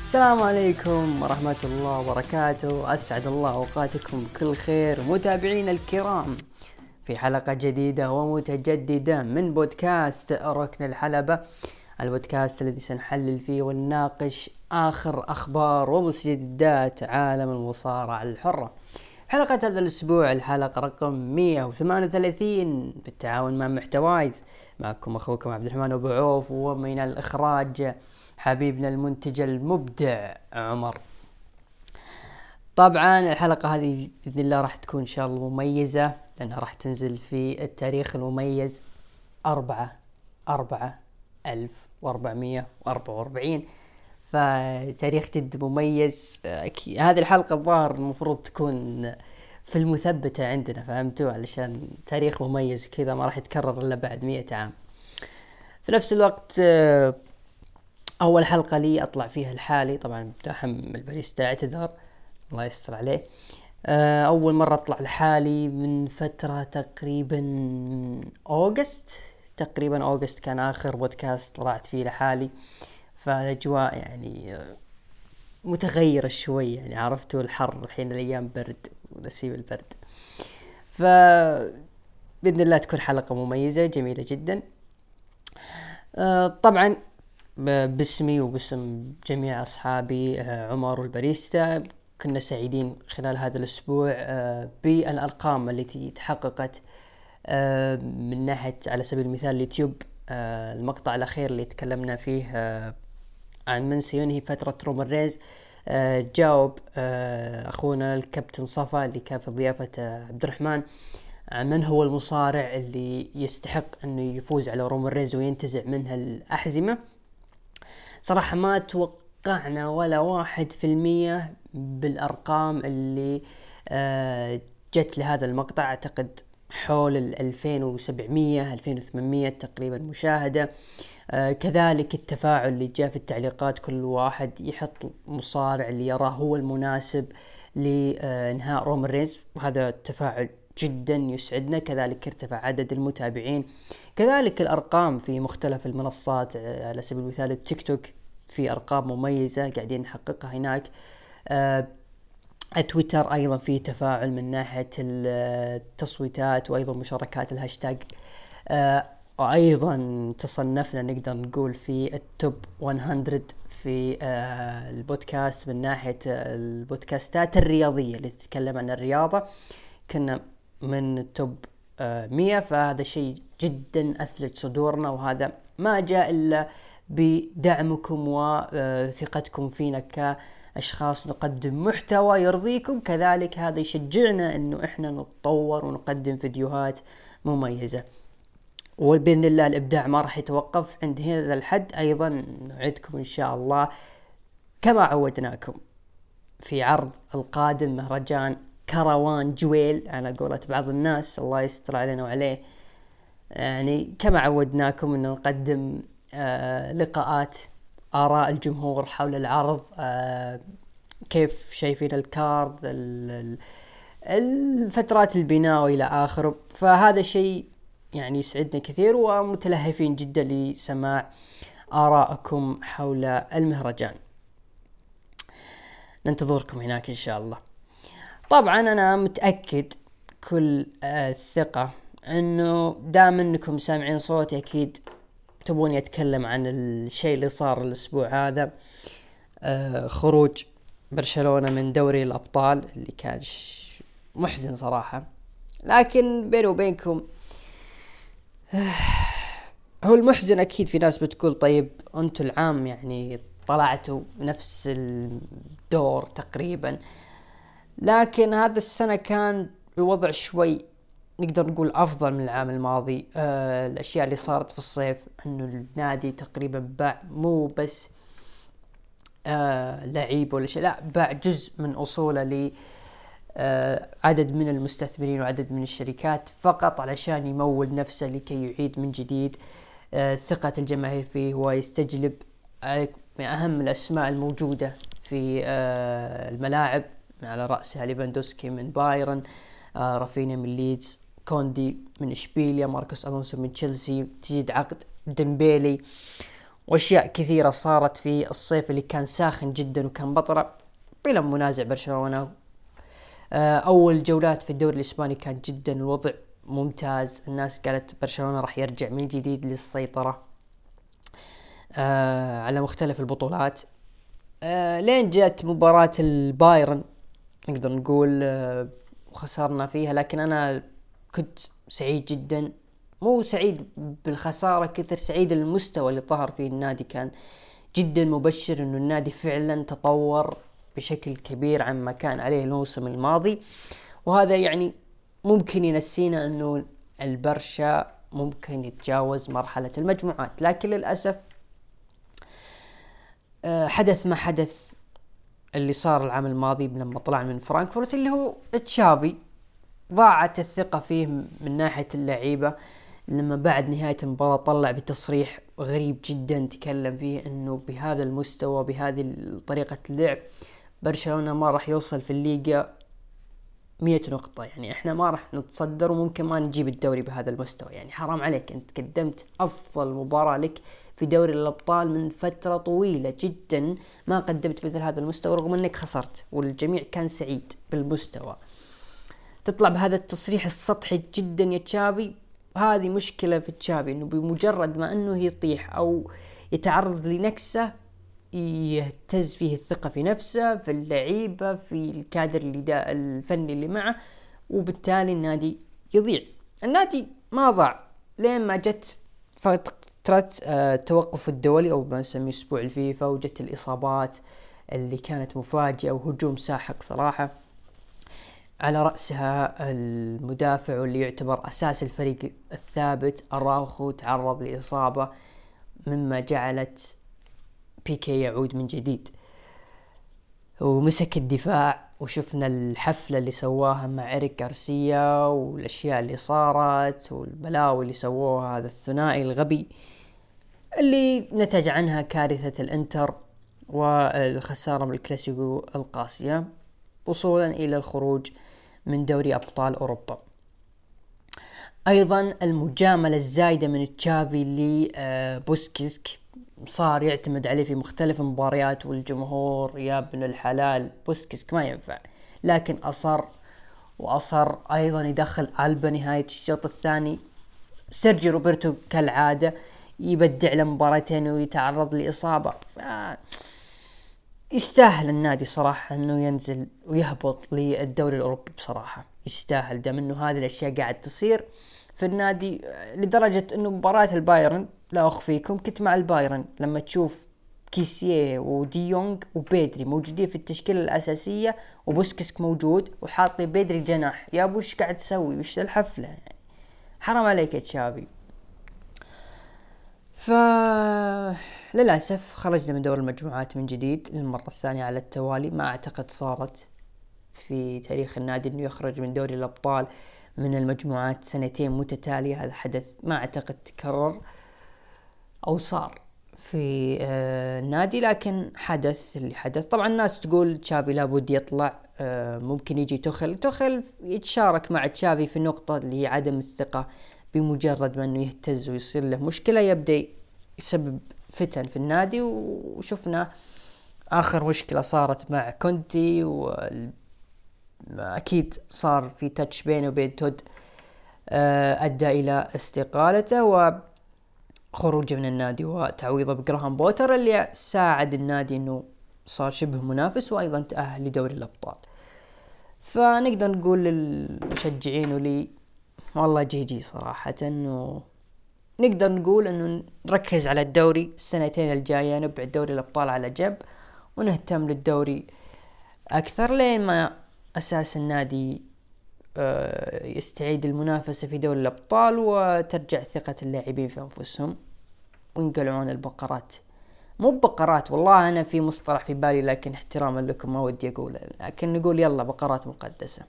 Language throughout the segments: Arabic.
السلام عليكم ورحمة الله وبركاته. أسعد الله أوقاتكم بكل خير متابعين الكرام في حلقة جديدة ومتجددة من بودكاست ركن الحلبة، البودكاست الذي سنحلل فيه ونناقش آخر أخبار ومستجدات عالم المصارعة الحرة. حلقة هذا الأسبوع الحلقة رقم 138 بالتعاون مع محتوايز. معكم أخوكم عبد الرحمن أبو عوف، ومن الإخراج حبيبنا المنتج المبدع عمر. طبعا الحلقة هذه بإذن الله راح تكون إن شاء الله مميزة، لأنها راح تنزل في التاريخ المميز 4/4/1444، فتاريخ جد مميز. هذه الحلقة الظاهر المفروض تكون في المثبتة عندنا، فهمتوا؟ علشان تاريخ مميز كذا ما راح يتكرر إلا بعد 100 عام. في نفس الوقت أول حلقة لي أطلع فيها الحالي، طبعا دحم الباريستا اعتذر، الله يستر عليه. أول مرة أطلع لحالي من فترة تقريبا أوغست كان آخر بودكاست طلعت فيه لحالي. فالأجواء يعني متغيرة شوي، يعني عرفتوا الحر الحين، الأيام برد ونسيب البرد. فبإذن الله تكون حلقة مميزة جميلة جدا. طبعا باسمي وباسم جميع أصحابي عمر والباريستا، كنا سعيدين خلال هذا الأسبوع بالأرقام التي تحققت من ناحية على سبيل المثال اليوتيوب. المقطع الأخير اللي تكلمنا فيه عن من سينهي فترة رومان رينز، جاوب أخونا الكابتن صفا اللي كان في ضيافة عبد الرحمن عن من هو المصارع اللي يستحق أنه يفوز على رومان رينز وينتزع منها الأحزمة. صراحة ما توقعنا ولا 1% بالأرقام اللي جت لهذا المقطع. أعتقد حول 2700-2800 تقريبا مشاهدة. كذلك التفاعل اللي جاء في التعليقات، كل واحد يحط مصارع اللي يراه هو المناسب لإنهاء رومان رينز، وهذا التفاعل جدا يسعدنا. كذلك ارتفع عدد المتابعين، كذلك الأرقام في مختلف المنصات، على سبيل المثال التيك توك في أرقام مميزة قاعدين نحققها هناك. تويتر أيضا فيه تفاعل من ناحية التصويتات وأيضا مشاركات الهاشتاج. وأيضا تصنفنا نقدر نقول في التوب 100 في البودكاست من ناحية البودكاستات الرياضية اللي تتكلم عن الرياضة، كنا من التوب 100. فهذا شيء جدا أثلج صدورنا، وهذا ما جاء إلا بدعمكم وثقتكم فينا كأشخاص نقدم محتوى يرضيكم. كذلك هذا يشجعنا أنه إحنا نتطور ونقدم فيديوهات مميزة، وبإذن الله الإبداع ما راح يتوقف عند هذا الحد. أيضا نعدكم إن شاء الله كما عودناكم في عرض القادم مهرجان كروان جويل على قولة بعض الناس، الله يستر علينا وعليه. يعني كما عودناكم أن نقدم لقاءات، آراء الجمهور حول العرض، كيف شايفين الكارد، الفترات البناء وإلى آخره. فهذا شيء يعني يسعدنا كثير، ومتلهفين جدا لسماع آراءكم حول المهرجان. ننتظركم هناك إن شاء الله. طبعا أنا متأكد كل الثقة أنه دام أنكم سامعين صوتي أكيد تبوني أتكلم عن الشيء اللي صار الأسبوع هذا، خروج برشلونة من دوري الأبطال اللي كان محزن صراحة. لكن بيني وبينكم هو المحزن أكيد في ناس بتقول طيب أنتوا العام يعني طلعتوا نفس الدور تقريبا، لكن هذا السنة كان الوضع شوي نقدر نقول أفضل من العام الماضي. الأشياء اللي صارت في الصيف أنه النادي تقريبا باع مو بس لعيب ولا شيء، لا باع جزء من أصوله عدد من المستثمرين وعدد من الشركات فقط علشان يمول نفسه لكي يعيد من جديد ثقة الجماهير فيه ويستجلب أهم الأسماء الموجودة في الملاعب، على رأسها ليفاندوسكي من بايرن، رافينيا من ليدز، كوندي من إشبيليا، ماركوس ألونسو من تشيلسي، تجديد عقد ديمبيلي، واشياء كثيرة صارت في الصيف اللي كان ساخن جدا وكان بطرة بلا منازع برشلونة. اول جولات في الدوري الاسباني كان جدا الوضع ممتاز، الناس قالت برشلونة راح يرجع من جديد للسيطرة على مختلف البطولات. لين جاءت مباراة البايرن نقدر نقول خسرنا فيها، لكن انا كنت سعيد جدا، مو سعيد بالخسارة كثر سعيد المستوى اللي ظهر فيه النادي، كان جدا مبشر انه النادي فعلا تطور بشكل كبير عما كان عليه الموسم الماضي. وهذا يعني ممكن ينسينا انه البرشا ممكن يتجاوز مرحلة المجموعات، لكن للأسف حدث ما حدث اللي صار العام الماضي لما طلع من فرانكفورت، اللي هو تشافي. ضاعت الثقة فيه من ناحية اللعيبة لما بعد نهاية المباراة طلع بتصريح غريب جدا تكلم فيه انه بهذا المستوى بهذه طريقة اللعب برشلونة ما راح يوصل في الليغا 100 نقطة، يعني احنا ما راح نتصدر وممكن ما نجيب الدوري بهذا المستوى. يعني حرام عليك، انت قدمت افضل مباراة لك في دوري الابطال من فترة طويلة جدا، ما قدمت مثل هذا المستوى رغم انك خسرت والجميع كان سعيد بالمستوى. تطلع بهذا التصريح السطحي جدا يا تشافي. هذه مشكلة في تشافي، انه بمجرد ما انه يطيح او يتعرض لنكسة يهتز فيه الثقة في نفسه، في اللعيبة، في الكادر اللي الفني اللي معه، وبالتالي النادي يضيع. النادي ما ضاع لين ما جت فترة توقف الدولي او ما نسميه اسبوع الفيفا، وجت الاصابات اللي كانت مفاجئة وهجوم ساحق صراحة، على رأسها المدافع واللي يعتبر أساس الفريق الثابت أراوخو تعرض لإصابة، مما جعلت بيكي يعود من جديد ومسك الدفاع. وشفنا الحفلة اللي سواها مع إريك غارسيا والأشياء اللي صارت والبلاوي اللي سووها، هذا الثنائي الغبي اللي نتج عنها كارثة الانتر والخسارة من الكلاسيكو القاسية وصولا إلى الخروج من دوري أبطال أوروبا. أيضا المجاملة الزايدة من تشافي لبوسكيسك، صار يعتمد عليه في مختلف المباريات والجمهور يا ابن الحلال بوسكيسك ما ينفع، لكن أصر أيضا يدخل ألبا نهاية الشوط الثاني. سيرجي روبرتو كالعادة يبدع لمباراتين ويتعرض لإصابة، يستاهل النادي صراحة انه ينزل ويهبط للدوري الاوروبي، بصراحة يستاهل دام انه هذه الاشياء قاعد تصير في النادي. لدرجة انه مباراة البايرن لا اخفيكم كنت مع البايرن لما تشوف كيسيه ودي يونغ وبيدري موجودين في التشكيلة الاساسية وبوسكسك موجود وحاطي بيدري جناح، يا ابو وش قاعد تسوي؟ وش الحفلة يعني؟ حرام عليك يا تشافي. للأسف خرجنا من دور المجموعات من جديد للمرة الثانية على التوالي. ما أعتقد صارت في تاريخ النادي أنه يخرج من دوري الأبطال من المجموعات سنتين متتالية، هذا حدث ما أعتقد تكرر أو صار في النادي، لكن حدث اللي حدث. طبعا الناس تقول تشافي لابد يطلع، ممكن يجي تخل يتشارك مع تشافي في النقطة اللي هي عدم الثقة. بمجرد ما أنه يهتز ويصير له مشكلة يبدأ يسبب فتن في النادي، وشفنا آخر مشكلة صارت مع كونتي وأكيد صار في تاتش بينه وبين تود أدى إلى استقالته وخروجه من النادي وتعويضه بجراهام بوتر اللي ساعد النادي أنه صار شبه منافس وأيضا تأهل لدوري الأبطال. فنقدر نقول للمشجعين ولي والله جي صراحة، انه نقدر نقول انه نركز على الدوري السنتين الجاية، نبعد دوري الابطال على جنب ونهتم للدوري اكثر لين ما اساس النادي يستعيد المنافسة في دوري الابطال وترجع ثقة اللاعبين في انفسهم وينقلعون البقرات. مو بقرات والله، انا في مصطلح في بالي لكن احتراما لكم ما ودي اقوله، لكن نقول يلا بقرات مقدسة.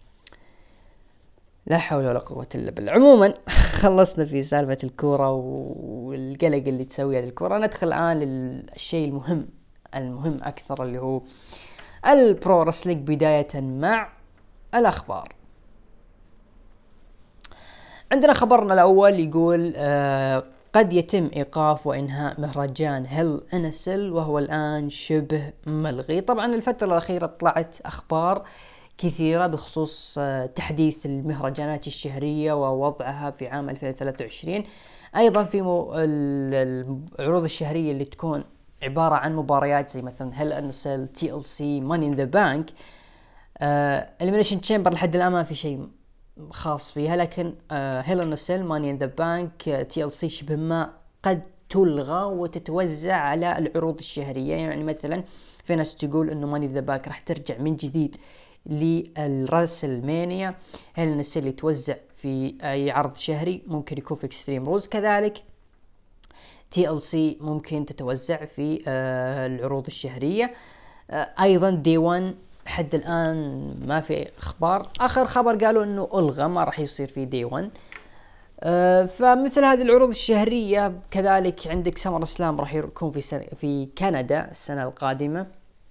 لا حول ولا قوة إلا بالله. عموما خلصنا في سالفة الكورة والقلق اللي تسويه الكورة، ندخل الآن للشيء المهم أكثر اللي هو البرو رسلينج، بداية مع الأخبار. عندنا خبرنا الأول يقول قد يتم إيقاف وإنهاء مهرجان هيل إن أ سيل وهو الآن شبه ملغي. طبعا الفترة الأخيرة طلعت أخبار كثيرة بخصوص تحديث المهرجانات الشهرية ووضعها في عام 2023. أيضا في العروض الشهرية اللي تكون عبارة عن مباريات زي مثلا هيل إن أ سيل، TLC، ماني إن ذا بانك. إليمينيشن تشامبر لحد الآن ما في شيء خاص فيها، لكن هيل إن أ سيل، ماني إن ذا بانك، TLC شبه ما قد تلغى وتتوزع على العروض الشهرية. يعني مثلا في ناس تقول إنه ماني إن ذا بانك راح ترجع من جديد للراسل مانيا، هيل إن أ سيل يتوزع في أي عرض شهري، ممكن يكون في اكستريم رولز. كذلك TLC ممكن تتوزع في العروض الشهرية. أيضا دي 1 حد الآن ما في أخبار. آخر خبر قالوا إنه ألغى، ما راح يصير في دي 1. فمثل هذه العروض الشهرية. كذلك عندك سمر اسلام راح يكون في كندا السنة القادمة.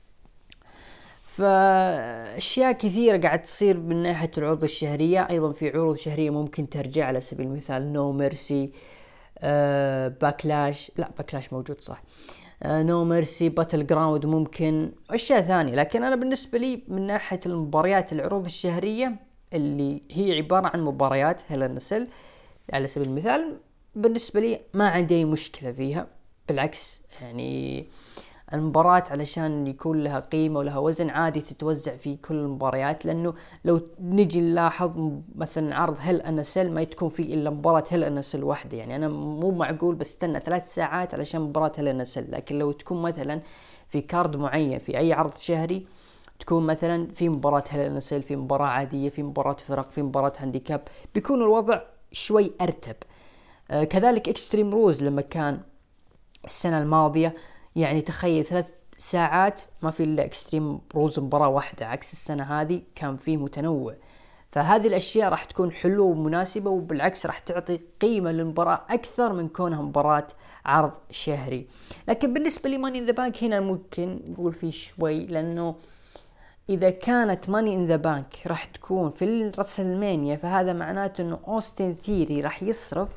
فأشياء كثيرة قاعد تصير من ناحية العروض الشهرية. أيضا في عروض شهرية ممكن ترجع، على سبيل المثال نو ميرسي، باكلاش، لا باكلاش موجود صح، نو ميرسي، باتل جراوند، ممكن أشياء ثانية. لكن أنا بالنسبة لي من ناحية المباريات العروض الشهرية اللي هي عبارة عن مباريات هيل إن أ سيل على سبيل المثال، بالنسبة لي ما عندي أي مشكلة فيها. بالعكس يعني المباراة علشان يكون لها قيمة ولها وزن عادي تتوزع في كل المباريات. لأنه لو نجي نلاحظ مثلا عرض هيل إن أ سيل ما تكون فيه إلا مباراة هيل إن أ سيل واحدة. يعني أنا مو معقول بستنى 3 ساعات علشان مباراة هيل إن أ سيل. لكن لو تكون مثلا في كارد معين في أي عرض شهري، تكون مثلا في مباراة هيل إن أ سيل، في مباراة عادية، في مباراة فرق، في مباراة هانديكاب، بيكون الوضع شوي أرتب. كذلك اكستريم روز لما كان السنة الماضية، يعني تخيل 3 ساعات ما في إلا اكستريم رولز مباراة واحدة، عكس السنة هذه كان فيه متنوع. فهذه الأشياء راح تكون حلوة ومناسبة، وبالعكس راح تعطي قيمة للمباراة أكثر من كونها مباراة عرض شهري. لكن بالنسبة لي ماني إن ذا بانك هنا ممكن نقول فيه شوي، لأنه إذا كانت ماني إن ذا بانك راح تكون في الرسلمانيا، فهذا معناته إنه أوستن ثيري راح يصرف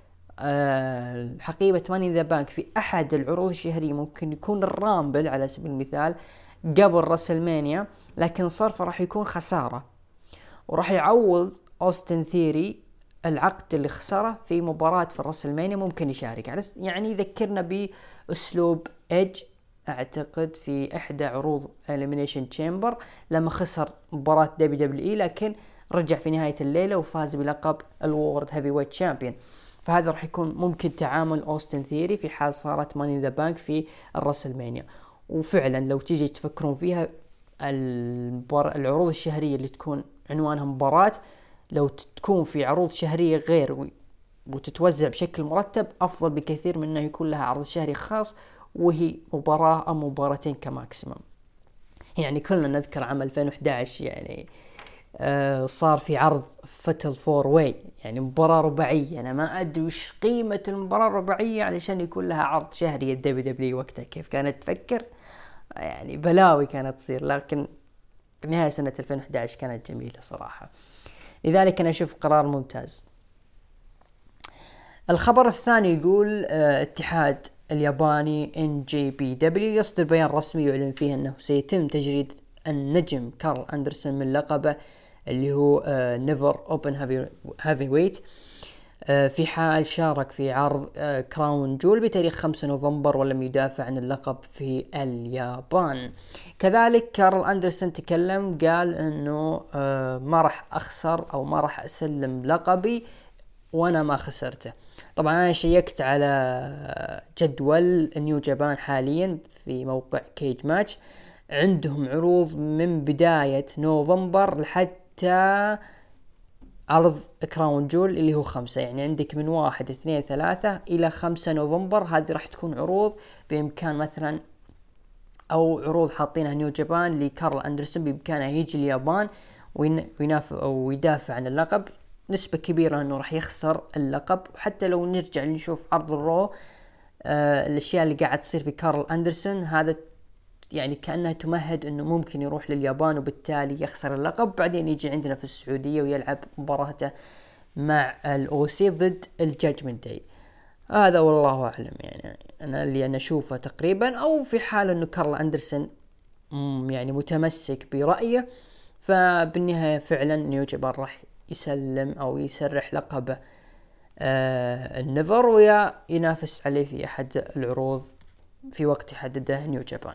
حقيبة ماني ذا بانك في أحد العروض الشهرية. ممكن يكون الرامبل على سبيل المثال قبل راسلمانيا، لكن صرفه راح يكون خسارة، وراح يعوض أوستن ثيري العقد اللي خسره في مباراة في الراسلمانيا. ممكن يشارك، يعني يذكرنا بأسلوب إيدج أعتقد في إحدى عروض إليمينيشن تشامبر لما خسر مباراة WWE، لكن رجع في نهاية الليلة وفاز بلقب الوورد هيفي ويت شامبيون. فهذا راح يكون ممكن تعامل أوستن ثيري في حال صارت ماني ذا بانك في الرسلمانيا. وفعلا لو تيجي تفكرون فيها، العروض الشهرية اللي تكون عنوانها مباراة لو تكون في عروض شهرية غير وتتوزع بشكل مرتب، أفضل بكثير من أنه يكون لها عرض شهري خاص وهي مباراة أو مباراتين كماكسيمم. يعني كلنا نذكر عام 2011 يعني صار في عرض فتل 4 واي، يعني مباراة رباعية. أنا ما أدري وش قيمة المباراة الرباعية علشان يكون لها عرض شهري. الدبليو وقتها كيف كانت تفكر، يعني بلاوي كانت تصير. لكن بنهاية سنة 2011 كانت جميلة صراحة. لذلك أنا أشوف قرار ممتاز. الخبر الثاني يقول اتحاد الياباني NJPW يصدر بيان رسمي يعلن فيه أنه سيتم تجريد النجم كارل أندرسون من لقبه اللي هو نيفر أوبن هافي ويت في حال شارك في عرض كراون جول بتاريخ 5 نوفمبر ولم يدافع عن اللقب في اليابان. كذلك كارل أندرسون تكلم قال أنه ما راح أخسر أو ما راح أسلم لقبي وأنا ما خسرته. طبعا أنا شيكت على جدول نيو جابان حاليا في موقع كيج ماتش، عندهم عروض من بداية نوفمبر لحتى عرض كراون جول اللي هو 5، يعني عندك من 1 2 3 إلى 5 نوفمبر. هذه راح تكون عروض بإمكان مثلا أو عروض حاطينها نيو جابان لكارل أندرسون بإمكانه يجي اليابان ويدافع عن اللقب. نسبة كبيرة أنه راح يخسر اللقب. وحتى لو نرجع نشوف عرض الرو، الأشياء اللي قاعد تصير في كارل أندرسون هذا يعني كأنها تمهد أنه ممكن يروح لليابان وبالتالي يخسر اللقب، بعدين يجي عندنا في السعودية ويلعب مباراته مع الأوسي ضد الجاجمنت داي. هذا والله اعلم. يعني انا اللي انا اشوفه تقريبا، او في حال انه كارل اندرسون يعني متمسك برأيه، فبالنهاية فعلا نيو جابان راح يسلم او يسرح لقبه النيفر، ويا ينافس عليه في احد العروض في وقت يحدده نيو جابان.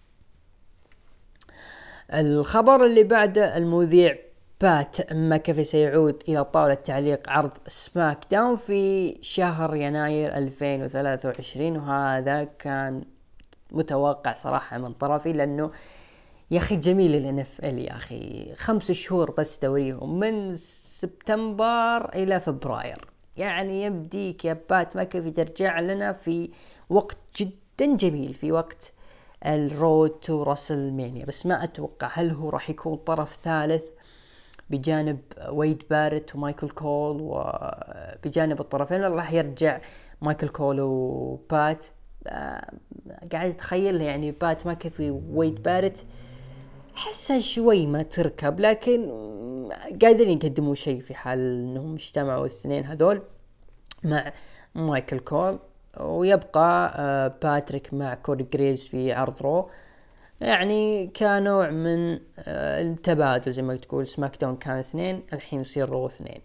الخبر اللي بعده، المذيع بات ماكافي سيعود الى طاولة تعليق عرض سماك داون في شهر يناير 2023، وهذا كان متوقع صراحة من طرفي، لانه يا اخي جميل الNFL يا اخي، 5 شهور بس دوريهم من سبتمبر الى فبراير، يعني يبديك يا بات ماكافي ترجع لنا في وقت جدا جميل، في وقت الرود تو راسل مانيا. بس ما اتوقع هل هو راح يكون طرف ثالث بجانب ويد بارت ومايكل كول، وبجانب الطرفين راح يرجع مايكل كول وبات. قاعد اتخيل يعني بات ماكافي وويد بارت، حسها شوي ما تركب، لكن قادرين يقدموا شيء في حال انهم اجتمعوا الاثنين هذول مع مايكل كول، ويبقى باتريك مع كوري جريفز في عرض رو. يعني كنوع من التبادل زي ما تقول، سماك داون كان 2، الحين يصير رو 2.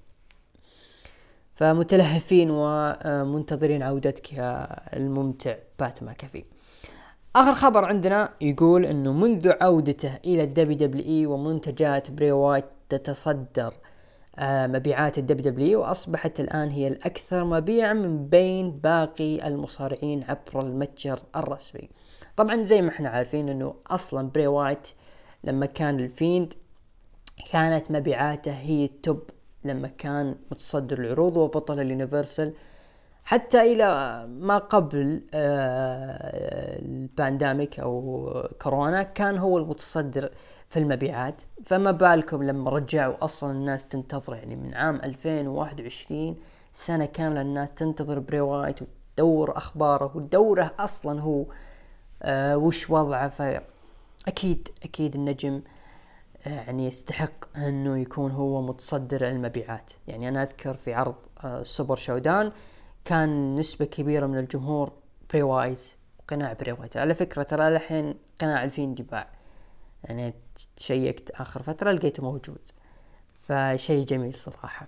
فمتلهفين ومنتظرين عودتك يا الممتع بات ماكافي. آخر خبر عندنا يقول أنه منذ عودته إلى WWE ومنتجات بري وايت تتصدر مبيعات WWE، وأصبحت الآن هي الأكثر مبيعا من بين باقي المصارعين عبر المتجر الرسمي. طبعا زي ما احنا عارفين أنه أصلا بري وايت لما كان الفيند كانت مبيعاته هي التوب، لما كان متصدر العروض وبطل اليونيفرسال حتى إلى ما قبل البانديميك أو كورونا، كان هو المتصدر في المبيعات. فما بالكم لما رجعوا أصلا الناس تنتظر، يعني من عام 2021 سنة كاملة الناس تنتظر بري وايت وتدور أخباره وتدوره أصلا هو وش وضعه. فأكيد النجم يعني يستحق أنه يكون هو متصدر المبيعات. يعني أنا أذكر في عرض سوبر شودان كان نسبة كبيرة من الجمهور بري وايت، قناع بري وايت. على فكرة ترى الحين قناع الفين باع، يعني تشيكت آخر فترة لقيته موجود، فشيء جميل صراحة.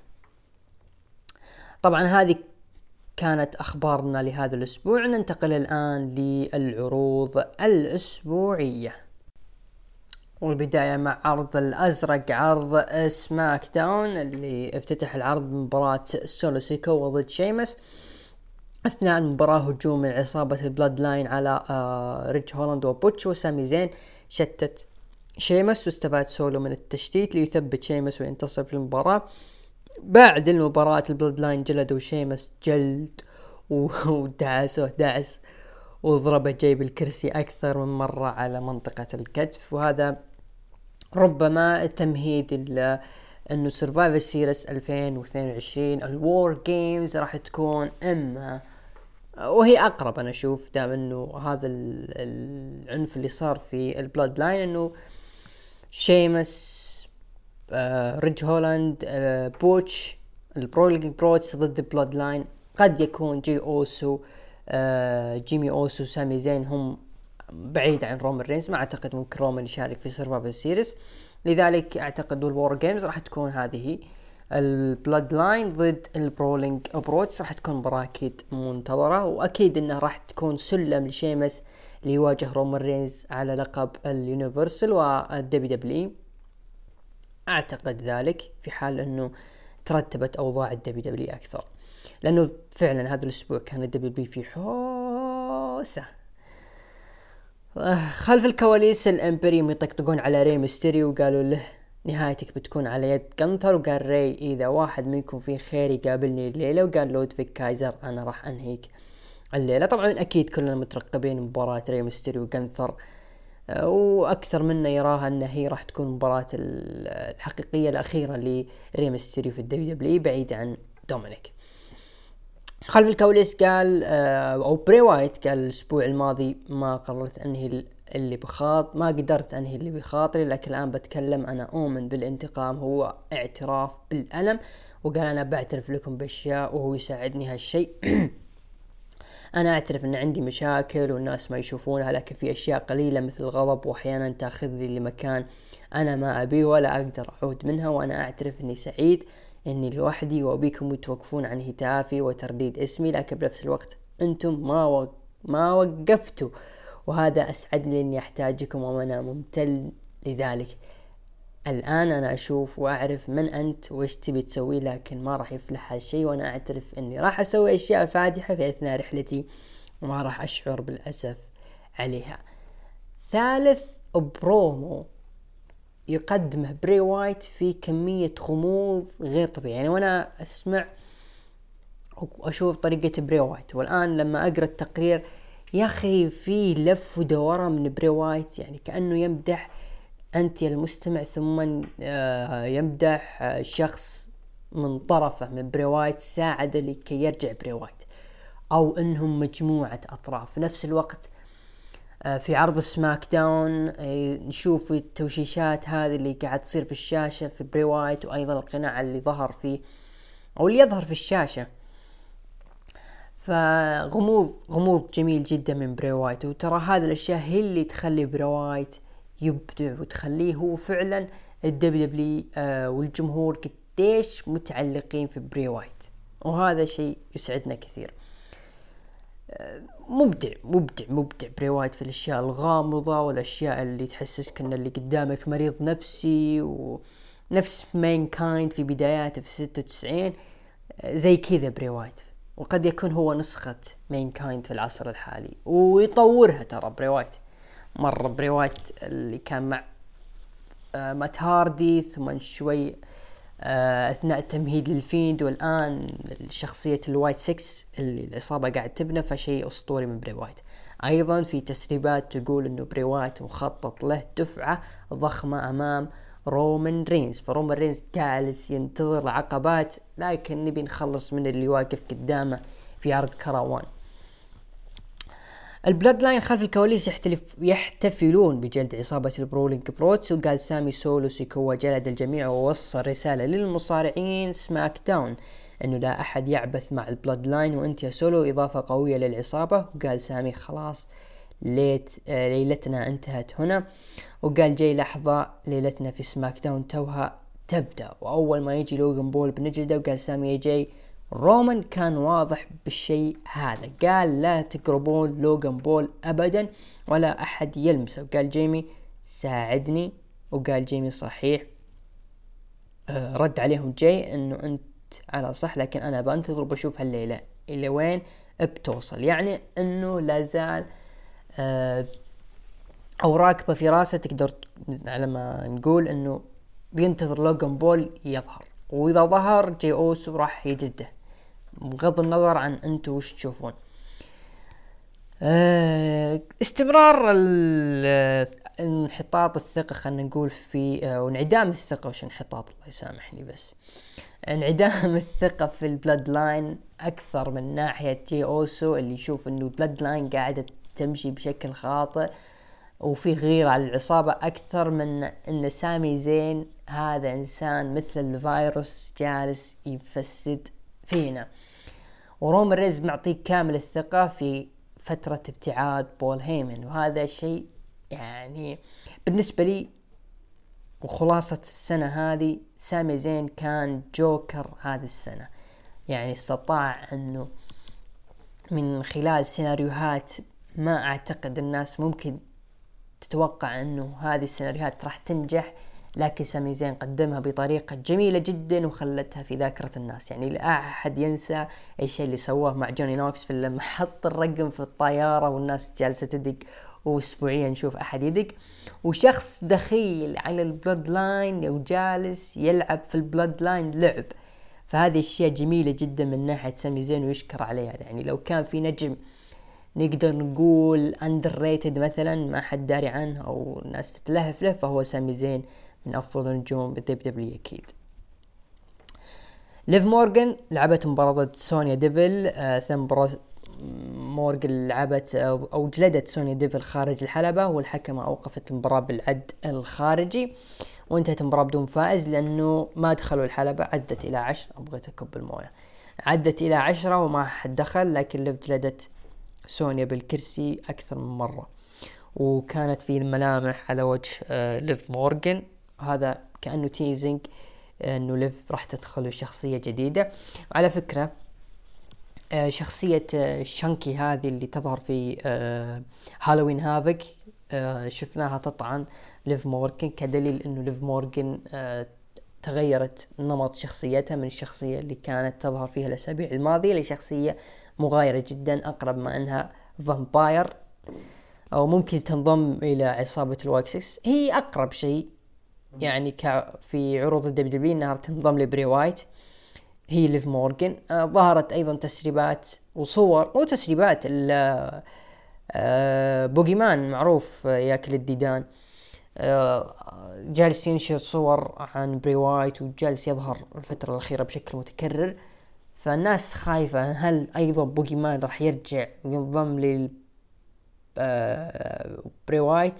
طبعا هذه كانت أخبارنا لهذا الأسبوع. ننتقل الآن للعروض الأسبوعية، والبداية مع عرض الأزرق، عرض سماك داون اللي افتتح العرض بمباراة سولو سيكو ضد شيمس. أثناء المباراة هجوم من عصابة البلاد لاين على ريج هولاند وبوتش وسامي زين شتت شيمس، واستفاد سولو من التشتيت ليثبت شيمس وينتصر في المباراة. بعد المباراة البلاد لاين جلدوا شيمس جلد ودعسوه دعس، وضربه جايب الكرسي أكثر من مرة على منطقة الكتف، وهذا ربما تمهيد انه سرفايفر سيريس 2022 الوور جيمز راح تكون اما، وهي اقرب انا اشوف دام انه هذا العنف اللي صار في البلاد لاين، انه شيمس ريج هولاند بوتش البرولينج بروتس ضد بلاد لاين، قد يكون جيمي اوسو سامي زين هم بعيد عن رومان رينز. ما اعتقد ممكن رومان يشارك في سرفايفر سيريس، لذلك اعتقد الوور جيمز راح تكون هذه البلاد لاين ضد البرولينج ابروتش. راح تكون مباراة اكيد منتظرة، واكيد انها راح تكون سلم لشيمس ليواجه رومان رينز على لقب اليونيفرسال والدبليو دبليو. اعتقد ذلك في حال انه ترتبت اوضاع الدبليو دبليو اكثر، لانه فعلا هذا الاسبوع كان الدبليو دبليو في حوسه. خلف الكواليس الامبريوم يطقطقون على ري ميستيريو وقالوا له نهايتك بتكون على يد جنثر، وقال ري اذا واحد منكم في خير يقابلني الليلة، وقال لودفيك كايزر انا راح انهيك الليلة. طبعا اكيد كلنا مترقبين مباراة ري ميستيريو وجنثر، واكثر منا يراها ان هي راح تكون مباراة الحقيقية الاخيرة لري ميستيريو في الدبليو دبليو بعيد عن دومينيك. خلف الكواليس قال او بري وايت قال الاسبوع الماضي ما قررت انهي اللي ما قدرت انهي اللي بخاطري، لكن الان بتكلم. انا اؤمن بالانتقام هو اعتراف بالألم، وقال انا بعترف لكم باشياء وهو يساعدني هالشيء. انا اعترف ان عندي مشاكل والناس ما يشوفونها، لكن في اشياء قليلة مثل الغضب، واحيانا تاخذني لمكان انا ما ابيه ولا اقدر اعود منها. وانا اعترف اني سعيد اني لوحدي وابيكم توقفون عن هتافي وترديد اسمي، لكن بنفس الوقت انتم ما وقفتوا، وهذا اسعدني اني احتاجكم وانا ممتن لذلك. الآن أنا أشوف وأعرف من أنت وإيش تبي تسوي، لكن ما راح يفلح هالشيء، وأنا أعترف أني راح أسوي أشياء فادحة في أثناء رحلتي وما راح أشعر بالأسف عليها. ثالث برومو يقدمه بري وايت في كمية غموض غير طبيعي. يعني وأنا أسمع وأشوف طريقة بري وايت، والآن لما أقرأ التقرير يا أخي في لف ودورة من بري وايت، يعني كأنه يمدح أنت يا المستمع ثم يمدح شخص من طرفه من بري وايت ساعده لكي يرجع بري وايت، أو أنهم مجموعة أطراف في نفس الوقت. في عرض سماك داون نشوف التوشيشات هذه اللي قاعد تصير في الشاشة في بري وايت، وأيضا القناع اللي ظهر فيه أو اللي يظهر في الشاشة. فغموض جميل جدا من بري وايت، وترى هذه الأشياء هي اللي تخلي بري وايت يبدع وتخليه هو فعلا الدبليو والجمهور قديش متعلقين في بري وايت، وهذا شيء يسعدنا كثير. مبدع بري وايت في الاشياء الغامضة والاشياء اللي تحسسك ان اللي قدامك مريض نفسي، ونفس مين كايند في بداياته في 96 زي كذا بري وايت، وقد يكون هو نسخة مين كايند في العصر الحالي ويطورها. ترى بري وايت مرة بري وايت اللي كان مع مات هاردي، ثم شوي اثناء التمهيد للفيند، والان شخصية الوايت 6 اللي العصابة قاعد تبنى، فشيء اسطوري من بري وايت. ايضا في تسريبات تقول انه بري وايت مخطط له دفعة ضخمة امام رومان رينز، فرومان رينز جالس ينتظر العقبات، لكن نبي نخلص من اللي واقف قدامه في عرض كراوان. البلاد لاين خلف الكواليس يحتفلون بجلد عصابة البرولينج بروتس، وقال سامي سولو سيكوا جلد الجميع ووصل رسالة للمصارعين سماك داون انه لا احد يعبث مع البلاد لاين، وانت يا سولو اضافة قوية للعصابة. وقال سامي خلاص ليلتنا انتهت هنا، وقال جاي لحظة ليلتنا في سماك داون توها تبدأ. واول ما يجي لوغان بول بنجلده، وقال سامي جاي رومان كان واضح بالشيء هذا، قال لا تقربون لوغان بول أبدا ولا أحد يلمسه. وقال جيمي ساعدني، وقال جيمي صحيح. رد عليهم جاي انه انت على صح، لكن انا بنتظر بشوف هالليلة الى وين بتوصل. يعني انه لازال او راكبة في راسه، تقدر على ما نقول انه بينتظر لوغان بول يظهر، واذا ظهر جي اوسو راح يجده، بغض النظر عن انتو وش تشوفون. استمرار انحطاط الثقة، خلنا نقول في وانعدام الثقة، وش انحطاط الله يسامحني، بس انعدام الثقة في البلاد لاين أكثر من ناحية جي أوسو، اللي يشوف انه البلاد لاين قاعدة تمشي بشكل خاطئ وفي غيرة على العصابة، أكثر من ان سامي زين هذا إنسان مثل الفيروس جالس يفسد فينا. ورومان ريز معطيك كامل الثقة في فترة ابتعاد بول هيمن، وهذا الشيء يعني بالنسبة لي وخلاصة السنة هذه سامي زين كان جوكر هذه السنة. يعني استطاع انه من خلال سيناريوهات ما اعتقد الناس ممكن تتوقع انه هذه السيناريوهات راح تنجح، لكن سامي زين قدمها بطريقة جميلة جدا وخلتها في ذاكرة الناس. يعني لا أحد ينسى الشيء اللي سواه مع جوني نوكس في لما حط الرقم في الطيارة والناس جالسة تدق، واسبوعيا نشوف أحد يدق، وشخص دخيل على البلاد لاين وجالس يلعب في البلاد لاين لعب. فهذه الشيء جميلة جدا من ناحية سامي زين ويشكر عليها. يعني لو كان في نجم نقدر نقول underrated مثلا ما حد داري عنه أو الناس تتلهف له، فهو سامي زين من أفضل النجوم بالدبليو أكيد. ليف مورغان لعبت مباراة ضد سونيا ديفل، ثم مورغان لعبت أو جلدت سونيا ديفل خارج الحلبة، والحكمة أوقفت المباراة بالعد الخارجي، وانتهت المباراة بدون فائز لأنه ما دخلوا الحلبة. عدت إلى 10، أبغيت أكب الموية، عدت إلى 10 وما حد دخل، لكن ليف جلدت سونيا بالكرسي أكثر من مرة، وكانت في الملامح على وجه ليف مورغان. هذا كأنه تيزنج انه ليف راح تدخل بشخصية جديدة. على فكرة شخصية شانكي هذه اللي تظهر في هالوين هافك شفناها تطعن ليف مورغان، كدليل انه ليف مورغان تغيرت نمط شخصيتها من الشخصية اللي كانت تظهر فيها الأسابيع الماضية لشخصية مغايرة جدا، أقرب ما أنها فامباير أو ممكن تنضم إلى عصابة الواكسكس. هي أقرب شيء يعني في عروض الدبليو أنها تنضم لبري وايت. هي ليف مورغان ظهرت أيضا تسريبات وصور وتسريبات بوغيمان معروف ياكل الديدان، جالس ينشر صور عن بري وايت وجالس يظهر الفترة الأخيرة بشكل متكرر، فالناس خايفة هل أيضا بوغيمان راح يرجع وينضم لل بري وايت.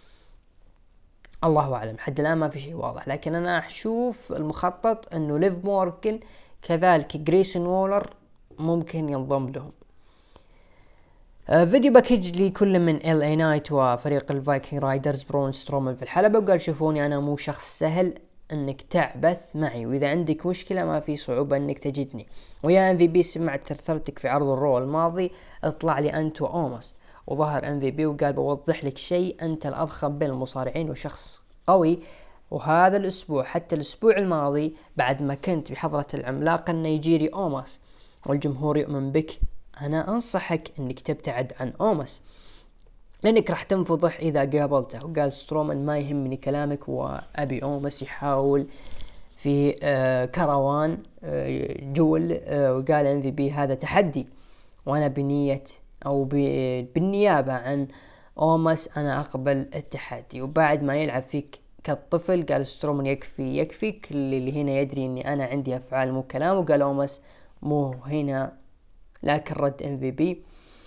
الله أعلم، حد الآن ما في شيء واضح، لكن أنا أشوف المخطط أنه ليف مورغان كذلك جريسون وولر ممكن ينضم لهم. فيديو باكيج لكل من LA نايت وفريق الفايكنج رايدرز برون سترومان في الحلبة، وقال شوفوني أنا مو شخص سهل أنك تعبث معي، وإذا عندك مشكلة ما في صعوبة أنك تجدني، ويا MVP سمعت ثرثرتك في عرض الرو الماضي اطلع لي أنت وأومس. وظهر MVP وقال بوضح لك شيء، أنت الأضخم بين المصارعين وشخص قوي، وهذا الأسبوع حتى الأسبوع الماضي بعد ما كنت بحضرة العملاق النيجيري أومس والجمهور يؤمن بك، أنا أنصحك أنك تبتعد عن أومس لأنك راح تنفضح إذا قابلته. وقال سترومان ما يهمني كلامك وأبي أومس يحاول في كروان جول. وقال MVP هذا تحدي وأنا بنية أو بالنيابة عن أومس أنا أقبل التحدي. وبعد ما يلعب فيك كالطفل قال سترومان يكفي كل اللي هنا يدري أني أنا عندي أفعال مو كلام. وقال أومس مو هنا، لكن رد MVP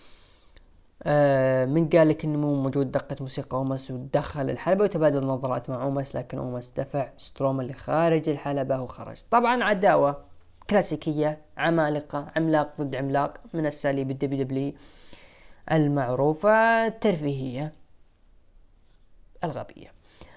من قال لك انه مو موجود دقة موسيقى أومس، ودخل الحلبة وتبادل نظرات مع أومس، لكن أومس دفع سترومان لخارج الحلبة وخرج. طبعا عداوة كلاسيكية، عمالقة، عملاق ضد عملاق من الساليب الدبليو المعروفة الترفيهية الغبية.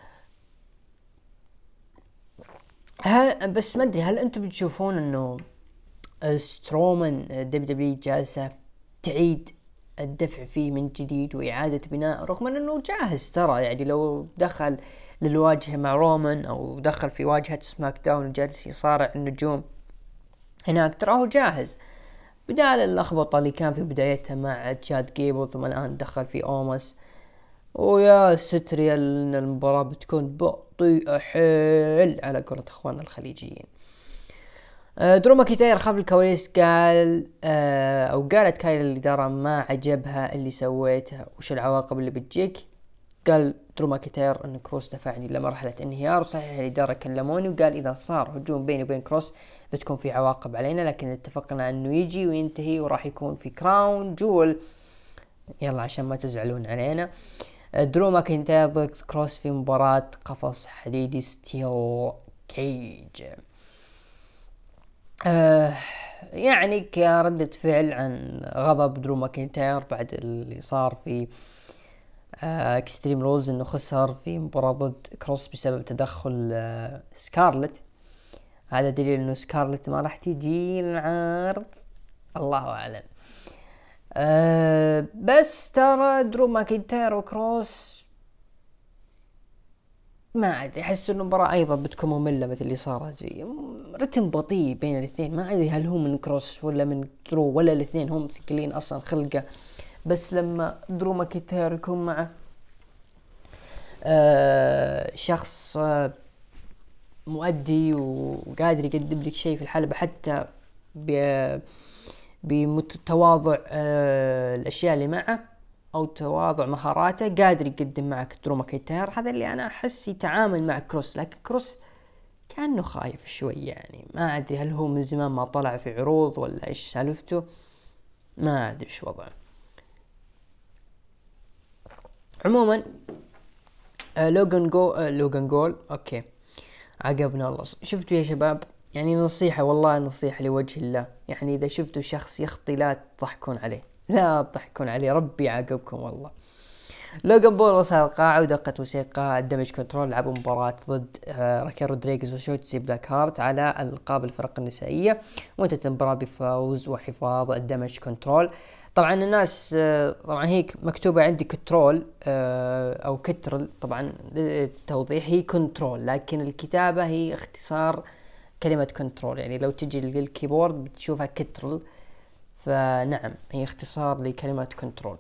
بس ما ادري هل انتم بتشوفون انه سترومان دبليو جالسة تعيد الدفع فيه من جديد وإعادة بناء، رغم أنه جاهز ترى، يعني لو دخل للواجهة مع رومان أو دخل في واجهة سماك داون وجالس يصارع النجوم هناك ترى هو جاهز، بدال اللخبطة اللي كان في بدايتها مع تشاد جيبل ثم الآن دخل في أومس. ويا ستري أن المباراة بتكون بطيئة حيل على قولة إخواننا الخليجيين. درو ماكنتاير خلف الكواليس قال أو قالت كايل الإدارة ما عجبها اللي سويته وش العواقب اللي بتجيك. قال درو ماكنتاير أن كروس دفعني لمرحلة انهيار، وصحيح الإدارة كلموني وقال إذا صار هجوم بيني وبين كروس بتكون في عواقب علينا، لكن اتفقنا أنه يجي وينتهي وراح يكون في كراون جول، يلا عشان ما تزعلون علينا. درو ماكنتاير ضد كروس في مباراة قفص حديدي ستيل كيج. يعني كردة فعل عن غضب درو ماكنتاير بعد اللي صار في اكستريم رولز، انه خسر في مباراة ضد كروس بسبب تدخل سكارلت. هذا دليل انه سكارلت ما راح تجي العرض، الله اعلم. بس ترى درو ماكنتاير وكروس ما ادري، احس انه المباراة ايضا بتكون مملة مثل اللي صارت، رتم بطيء بين الاثنين، ما ادري هل هو من كروس ولا من درو ولا الاثنين هم ثقلين اصلا خلقة. بس لما درو ماكنتاير يكون مع شخص مؤدي وقادر يقدم لك شيء في الحلبة حتى بمتواضع الاشياء اللي معه او تواضع مهاراته، قادر يقدم معك درو ماكنتاير. هذا اللي انا احس يتعامل مع كروس، لكن كروس كأنه خايف شوي، يعني ما ادري هل هو من زمان ما طلع في عروض ولا ايش سالفته، ما ادري ايش وضعه. عموما لوغان جول اوكي عجبنا والله. شفتوا يا شباب، يعني نصيحة والله نصيحة لوجه الله، يعني اذا شفتوا شخص يخطي لا تضحكون عليه، لا تضحكون علي، ربي يعاقبكم والله. لوغان بول وصل القاعة ودقت موسيقى الدمج كنترول. لعبوا مباراة ضد راكيل رودريغيز وشوتزي بلاك هارت على ألقاب الفرق النسائية، وانتهت المباراة بفوز وحفاظ الدمج كنترول. طبعا الناس طبعا هي مكتوبة عندي كنترول او كترل، طبعا التوضيح هي كنترول، لكن الكتابة هي اختصار كلمة كنترول، يعني لو تجي للكيبورد بتشوفها كترل، فنعم هي اختصار لكلمة كنترول.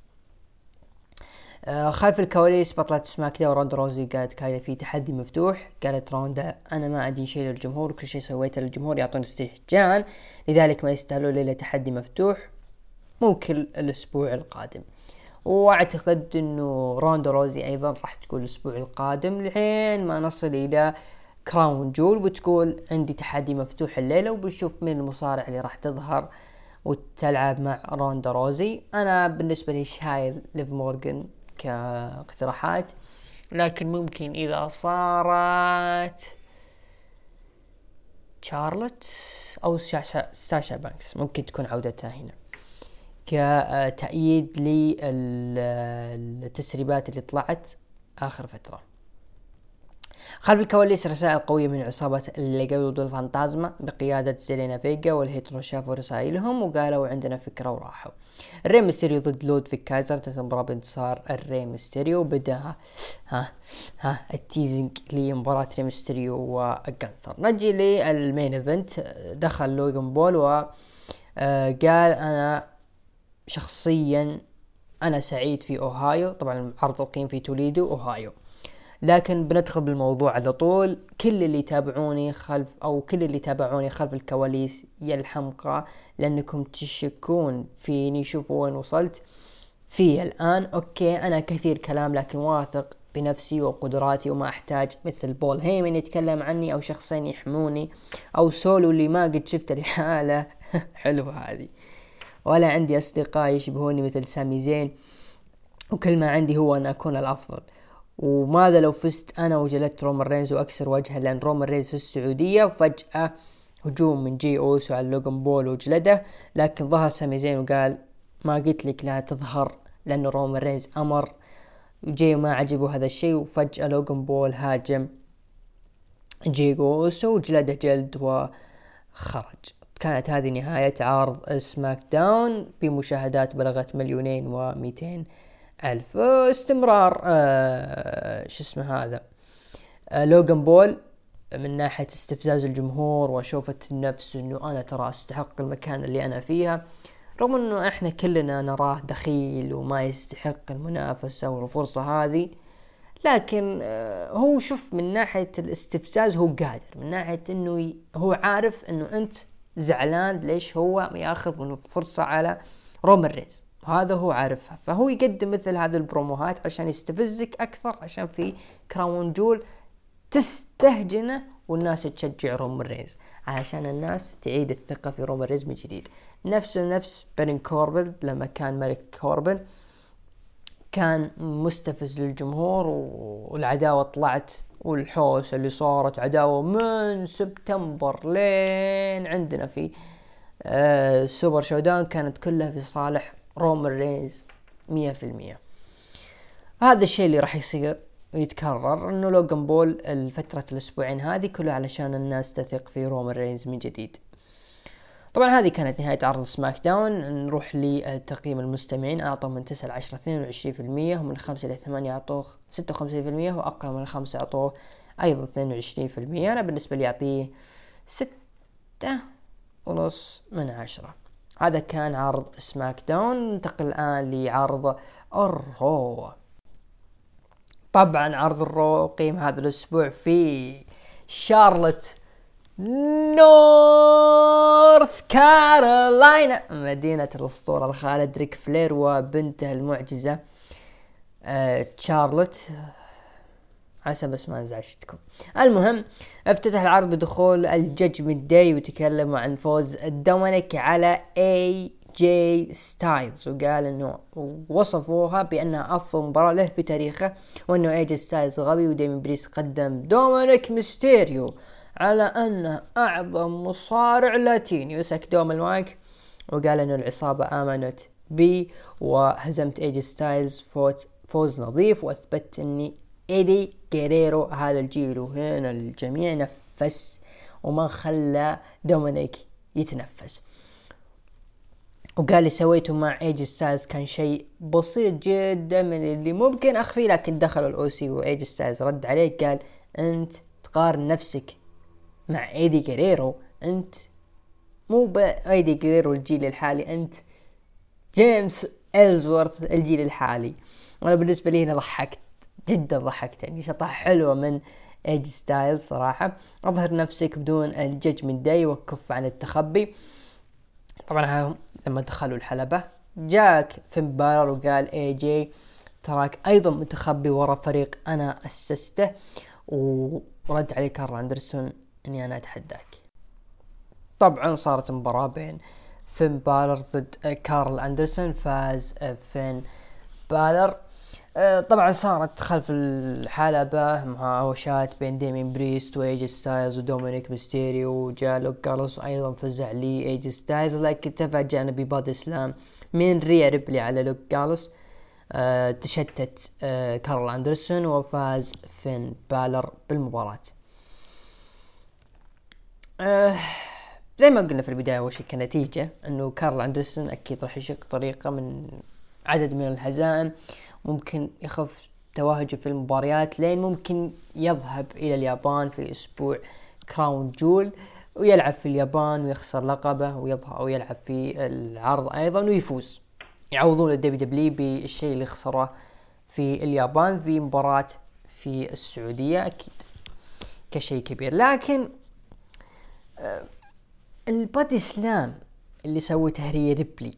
خلف الكواليس بطلة سماك داون روندا روزي قالت كايلا في تحدي مفتوح. قالت روندا انا ما ادي شيء للجمهور، كل شيء سويته للجمهور يعطون استهجان، لذلك ما يستاهلوا ليلة تحدي مفتوح، ممكن الاسبوع القادم. واعتقد انه روندا روزي ايضا راح تقول الاسبوع القادم لحين ما نصل الى كراون جول، وتقول عندي تحدي مفتوح الليلة، وبنشوف من المصارع اللي راح تظهر وتلعب مع روندا روزي. انا بالنسبة لي شايل ليف مورغان كاقتراحات، لكن ممكن اذا صارت شارلوت او ساشا بانكس ممكن تكون عودتها هنا كتأييد للتسريبات اللي طلعت آخر فترة. خلف الكواليس رسائل قوية من عصابة اللي ضد الفانتازما بقيادة زيلينا فيجا والهيترو شافوا رسائلهم وقالوا عندنا فكرة وراحوا. الري ميستيريو ضد لودفيك كايزر تنبرا بانتصار الري ميستيريو. بدأ التيزنج لمباراة ري ميستيريو وجانثر. نجي للمين ايفنت. دخل لوغان بول وقال انا شخصيا انا سعيد في اوهايو. طبعا العرض اقيم في توليدو اوهايو، لكن بندخل بالموضوع على طول. كل اللي تابعوني خلف الكواليس يا الحمقى لانكم تشكون فيني. شوفوا وين وصلت فيه الان. اوكي انا كثير كلام لكن واثق بنفسي وقدراتي وما احتاج مثل بول هيمن يتكلم عني او شخصين يحموني او سولو اللي ما قد شفت لحاله حلوة هذه، ولا عندي اصدقاء يشبهوني مثل سامي زين، وكل ما عندي هو ان اكون الافضل. وماذا لو فزت انا وجلدت رومان رينز واكسر وجهه، لان رومان رينز في السعودية وفجأة هجوم من جي اوسو على لوغان بول وجلده. لكن ظهر سامي زين وقال ما قلت لك لا تظهر، لانه رومان رينز امر جي ما عجبه هذا الشيء، وفجأة لوغان بول هاجم جي اوسو وجلده جلد وخرج. كانت هذه نهاية عرض سماك داون بمشاهدات بلغت 2,200,000. استمرار لوغان بول من ناحية استفزاز الجمهور وشوفة النفس انه انا ترى استحق المكان اللي انا فيها، رغم انه احنا كلنا نراه دخيل وما يستحق المنافسة والفرصة هذه. لكن هو شوف من ناحية الاستفزاز هو قادر، من ناحية انه هو عارف انه انت زعلان ليش هو ياخذ من فرصة على رومان رينز، هذا هو عارفها، فهو يقدم مثل هذه البروموهات عشان يستفزك اكثر، عشان في كراون جول تستهجنه والناس تشجع رومان رينز، علشان الناس تعيد الثقة في رومان رينز من جديد. نفس بارين كوربن لما كان ملك كوربن كان مستفز للجمهور، والعداوة طلعت والحوسة اللي صارت عداوة من سبتمبر لين عندنا في سوبر شودان كانت كلها في صالح رومان رينز 100%. هذا الشيء اللي راح يصير ويتكرر، انه لوغان بول الفترة الاسبوعين هذه كلها علشان الناس تثق في رومان رينز من جديد. طبعا هذه كانت نهاية عرض سماك داون. نروح لتقييم المستمعين. أعطوا من 9 ل 10 22%، ومن 5 ل 8 أعطوه 56%، وأقل من 5 أعطوه أيضا 22%. أنا بالنسبة لي أعطيه 6.5/10. هذا كان عرض سماك داون. ننتقل الآن لعرض الرو. طبعا عرض الرو قيم هذا الأسبوع في شارلوت نورث كارولاينا، مدينة الأسطورة الخالد ريك فلير وبنته المعجزة شارلوت، عسى بس ما نزعجتكم. المهم افتتح العرض بدخول الجاجمنت داي وتكلموا عن فوز دومينيك على اي جي ستايلز، وقال انه وصفوها بانها افضل مباراة له في تاريخه، وانه اي جي ستايلز غبي، وديمين بريس قدم دومينيك ميستيريو على انه اعظم مصارع لاتيني. وسك دوم المايك وقال انه العصابة امنت بي وهزمت ايجي ستايلز فوز نظيف، واثبت اني ايدي غيريرو هذا الجيل. وهنا الجميع نفس وما خلى دومينيك يتنفس، وقال لي سويته مع ايجي ستايلز كان شيء بسيط جدا من اللي ممكن اخفيه. لكن دخلوا الاوسي وايجي ستايلز رد عليه قال انت تقارن نفسك مع ايدي غيريرو، انت مو بايدي غيريرو الجيل الحالي، انت جيمس إلزورث الجيل الحالي. وانا بالنسبه لي هنا ضحكت جدا، ضحكت يعني شطحه حلوه من ايجي ستايلز صراحه. اظهر نفسك بدون الججمنت داي وكف عن التخبي. طبعا لما دخلوا الحلبة جاك فين بالر وقال اي جي تراك ايضا متخبي ورا فريق انا اسسته، ورد عليه كارل اندرسون اني انا اتحداك. طبعا صارت مباراة بين فين بالر ضد كارل اندرسون، فاز فين بالر. طبعا صارت خلف الحلبة معاوشات بين ديمين بريست وايجي ستايلز ودومينيك ميستيريو، وجاء لوك جالوس ايضا فزع لي ايجي ستايلز، لكن تفاجأنا ببادي سلام من ريا ريبلي على لوك جالوس. تشتت كارل اندرسون وفاز فين بالر بالمباراة. زي ما قلنا في البداية وش كنتيجة انه كارل اندرسون اكيد راح يشق طريقة من عدد من الهزائم، ممكن يخف تواهجه في المباريات لين ممكن يذهب الى اليابان في اسبوع كراون جول ويلعب في اليابان ويخسر لقبه ويظهر ويلعب في العرض ايضا ويفوز، يعوضون الدبليو دبليو بالشيء اللي خسره في اليابان في مباراة في السعودية اكيد كشيء كبير. لكن البادي سلام اللي سوته ريا ريبلي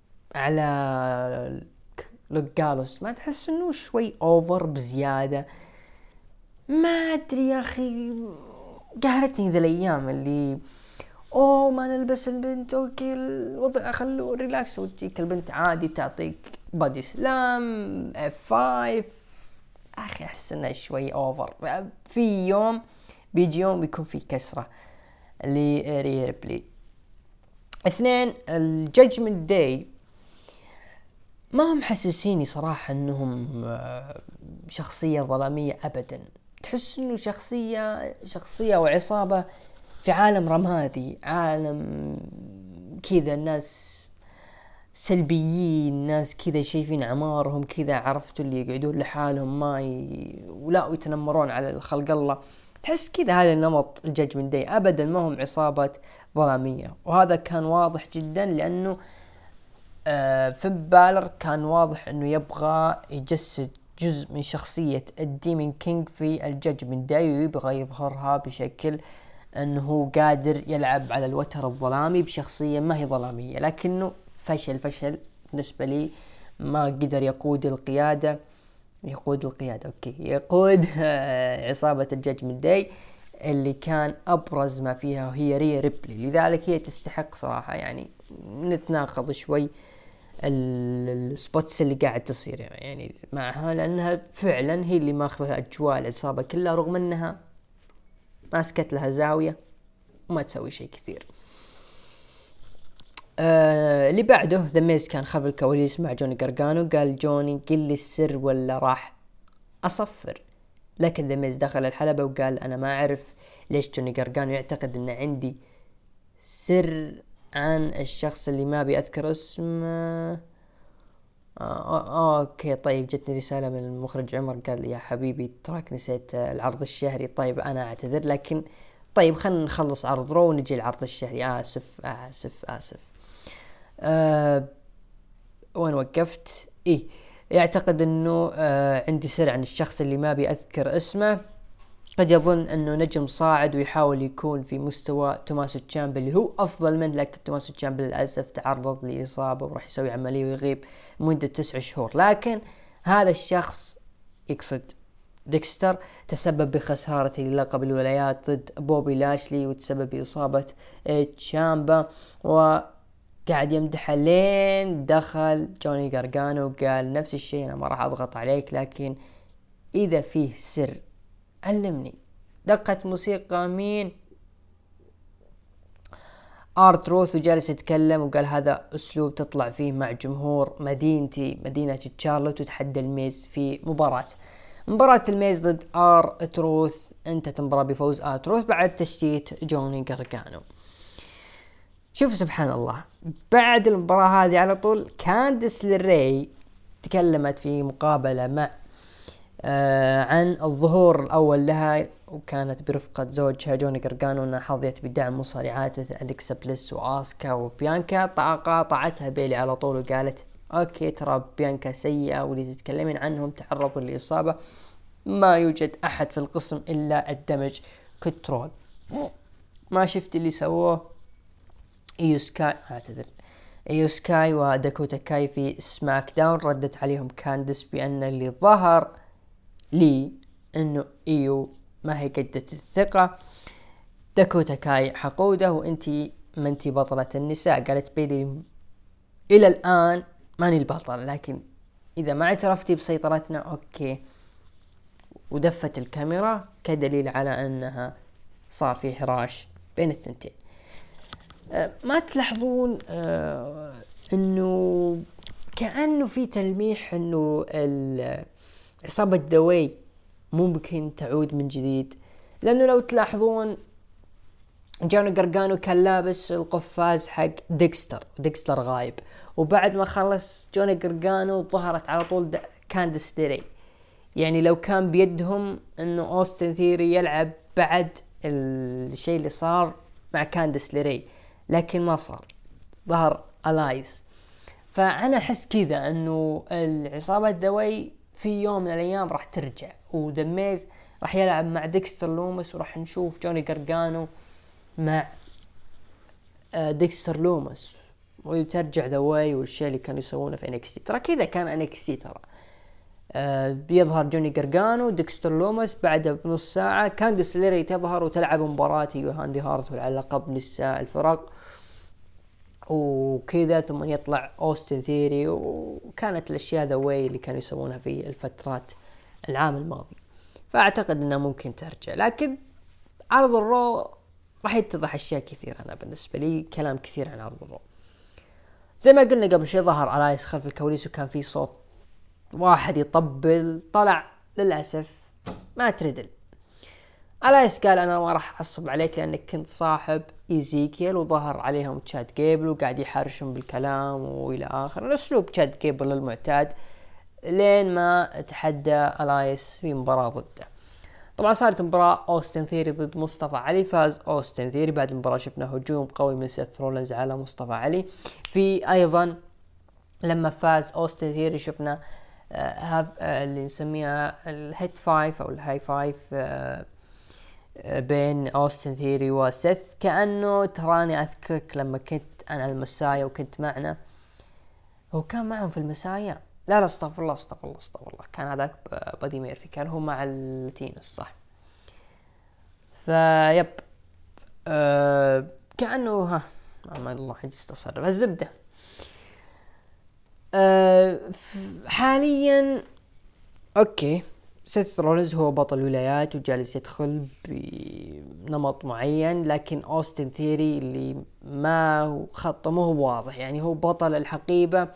على لوك جالوس ما تحس انه شوي اوفر بزيادة؟ ما ادري يا اخي، قهرتني ذا الايام اللي ما نلبس البنت اوكي الوضع خلوه ريلاكس، وتجيك البنت عادي تعطيك بادي سلام F5. اخي احس انه شوي اوفر. في يوم بيجي يوم بيكون في كسرة لريا ريبلي. 2 الجاجمنت داي ما هم حسسيني صراحة انهم شخصية ظلامية ابدا. تحس انه شخصية وعصابة في عالم رمادي، عالم كذا الناس سلبيين، ناس كذا شايفين عمارهم كذا، عرفتوا اللي يقعدون لحالهم ولا يتنمرون على الخلق الله. تحس كذا هذا النمط الجاجمنت داي، ابدا ما هم عصابة ظلامية. وهذا كان واضح جدا لانه فين بالر كان واضح انه يبغى يجسد جزء من شخصية الديمين كينج في الجاجمنت داي، ويبغى يظهرها بشكل انه قادر يلعب على الوتر الظلامي بشخصية ما هي ظلامية. لكنه فشل بالنسبة لي، ما قدر يقود عصابة الجاجمنت داي اللي كان ابرز ما فيها هي ريا ريبلي. لذلك هي تستحق صراحة يعني نتناقض شوي السبوتس اللي قاعد تصير يعني معها، لانها فعلا هي اللي ماخذها اجواء العصابة كلها، رغم انها ماسكت لها زاوية وما تسوي شيء كثير. اللي بعده ذا ميز كان خلف الكواليس مع جوني غارغانو. قال جوني قل لي السر ولا راح اصفر. لكن ذا ميز دخل الحلبة وقال انا ما اعرف ليش جوني غارغانو يعتقد ان عندي سر عن الشخص اللي ما بيذكر اسمه. اوكي طيب، جتني رسالة من المخرج عمر قال لي يا حبيبي تراك نسيت العرض الشهري. طيب انا اعتذر، لكن طيب خلنا نخلص عرض رو ونجي العرض الشهري. اسف. وين وقفت؟ يعتقد انه عندي سر عن الشخص اللي ما بيذكر اسمه. قد يظن انه نجم صاعد ويحاول يكون في مستوى توماسو تشامبا اللي هو افضل منه، لكن توماسو تشامبا للاسف تعرض لاصابة وراح يسوي عملية ويغيب مدة 9 شهور. لكن هذا الشخص يقصد ديكستر تسبب بخسارة لقب الولايات ضد بوبي لاشلي وتسبب بإصابة تشامبا، وقاعد يمدح لين دخل جوني غارغانو وقال نفس الشيء أنا ما راح أضغط عليك، لكن إذا فيه سر علمني. دقت موسيقى مين؟ ارتروث وجالس يتكلم وقال هذا اسلوب تطلع فيه مع جمهور مدينتي مدينة تشارلوت وتحدى الميز في مباراة الميز ضد ارتروث. انتهت المباراة بفوز ارتروث بعد تشتيت جوني غارغانو. شوف سبحان الله، بعد المباراة هذه على طول كانديس ليري تكلمت في مقابلة مع عن الظهور الأول لها، وكانت برفقة زوجها جوني غارغانو، أنها حظيت بدعم مصارعات مثل أليكسا بليس وآسكا وبيانكا. قاطعتها بيلي على طول وقالت أوكي ترى بيانكا سيئة واللي تتكلمين عنهم تعرضوا للإصابة، ما يوجد أحد في القسم إلا الدمج كنترول. ما شفت اللي سووه ايو سكاي وداكوتا كاي في سماك داون؟ ردت عليهم كانديس بأن اللي ظهر لي انه ايو ما هي قدة الثقة، داكوتا كاي حقودة وانتي ما انتي بطلة النساء. قالت بيلي الى الان ماني البطل، لكن اذا ما اعترفتي بسيطرتنا اوكي. ودفت الكاميرا كدليل على انها صار في حراش بين الثنتين. ما تلاحظون انه كأنه في تلميح انه عصابة دوي ممكن تعود من جديد؟ لانه لو تلاحظون جوني غارغانو كان لابس القفاز حق ديكستر غايب، وبعد ما خلص جوني غارغانو ظهرت على طول كانديس ليري. يعني لو كان بيدهم انه أوستن ثيري يلعب بعد الشيء اللي صار مع كانديس ليري، لكن ما صار، ظهر ألايس. فأنا أحس كذا أنه العصابة دوي في يوم من الأيام راح ترجع، وذا ميز راح يلعب مع ديكستر لومس، وراح نشوف جوني غارغانو مع ديكستر لومس وترجع دوي والشيء اللي كانوا يسوونه في NXT. ترى كذا كان NXT ترى. بيظهر جوني غارغانو ديكستر لومس، بعدها بنص ساعة كانديس ليري تظهر وتلعب مباراة هاندي هارت على لقب نساء الفرق وكذا، ثم يطلع أوستن ثيري. وكانت الأشياء ذا واي اللي كانوا يسوونها في الفترات العام الماضي، فأعتقد أنها ممكن ترجع. لكن عرض الرو راح يتضح أشياء كثيرة. أنا بالنسبة لي كلام كثير عن عرض الرو. زي ما قلنا قبل شيء، ظهر ألايس خلف الكواليس وكان في صوت واحد يطبل، طلع للأسف ما تريدل. ألايس قال أنا ما راح أعصب عليك لأنك كنت صاحب إيزيكيل، وظهر عليهم تشاد جيبل وقاعد يحرشهم بالكلام وإلى آخر، الأسلوب تشاد جيبل المعتاد، لين ما تحدى ألايس في مباراة ضده. طبعا صارت مباراة أوستن ثيري ضد مصطفى علي. فاز أوستن ثيري. بعد المباراة شفنا هجوم قوي من سيث رولينز على مصطفى علي. في أيضا لما فاز أوستن ثيري شفنا اللي نسميها الهيت فايف أو الهاي فايف بين أوستن ثيري وسيث، كأنه تراني أذكرك لما كنت أنا المسايا وكنت معنا. هو كان معهم في المسايا؟ لا استغفر الله كان هذاك بادي ميرفي، كان هو مع التينوس صح. فيب كأنه ما الله يستصرف الزبدة. حاليا اوكي سيث رولينز هو بطل الولايات وجالس يدخل بنمط معين، لكن أوستن ثيري اللي ما خطه مو واضح، يعني هو بطل الحقيبة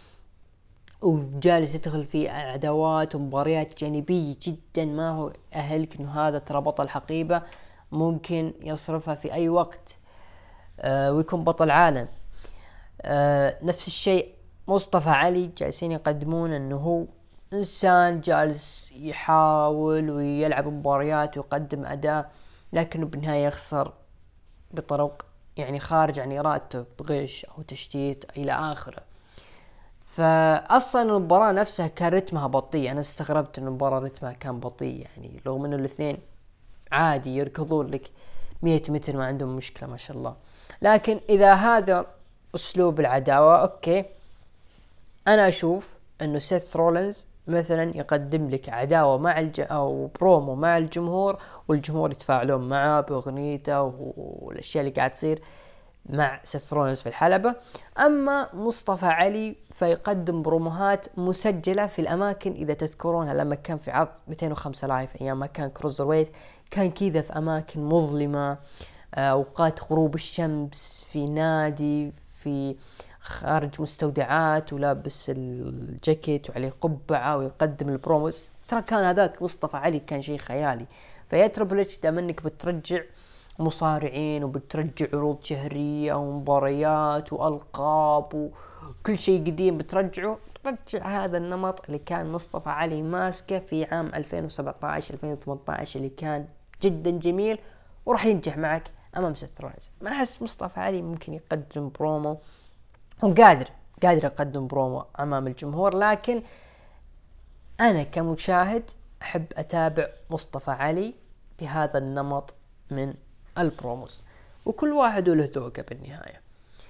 وجالس يدخل في عداوات ومباريات جانبية جدا، ما هو أهلك انه هذا ترى بطل حقيبة ممكن يصرفها في اي وقت ويكون بطل عالم. نفس الشيء مصطفى علي، جالسين يقدمون انه هو انسان جالس يحاول ويلعب مباريات ويقدم اداء، لكنه بالنهاية يخسر بطرق يعني خارج عن ارادته، بغش او تشتيت الى اخره. فاصلا المباراة نفسها كان رتمها بطيء. انا استغربت ان المباراة رتمها كان بطيء، يعني رغم انه الاثنين عادي يركضون لك 100 متر ما عندهم مشكلة ما شاء الله. لكن اذا هذا اسلوب العداوة اوكي، انا اشوف انه سيث رولينز مثلا يقدم لك عداوة مع او برومو مع الجمهور، والجمهور يتفاعلون معه باغنيته والاشياء اللي قاعد تصير مع سيث رولينز في الحلبة. اما مصطفى علي فيقدم بروموهات مسجلة في الاماكن، اذا تذكرونها لما كان في عرض 205 لايف ايام ما كان كروزر ويت، كان كذا في اماكن مظلمة أوقات غروب الشمس في نادي في خارج مستودعات ولابس الجاكيت وعليه قبعة ويقدم البروموس. ترى كان هذاك مصطفى علي كان شيء خيالي. فيا تربل اتش دام انك بترجع مصارعين وبترجع عروض شهرية ومباريات وألقاب وكل شيء قديم بترجعه، ترجع هذا النمط اللي كان مصطفى علي ماسكه في عام 2017 2018 اللي كان جدا جميل وراح ينجح معك امام سيث رولينز. ما احس مصطفى علي ممكن يقدم برومو وقادر يقدم برومو امام الجمهور، لكن انا كمشاهد احب اتابع مصطفى علي بهذا النمط من البروموس، وكل واحد له ذوقه بالنهاية.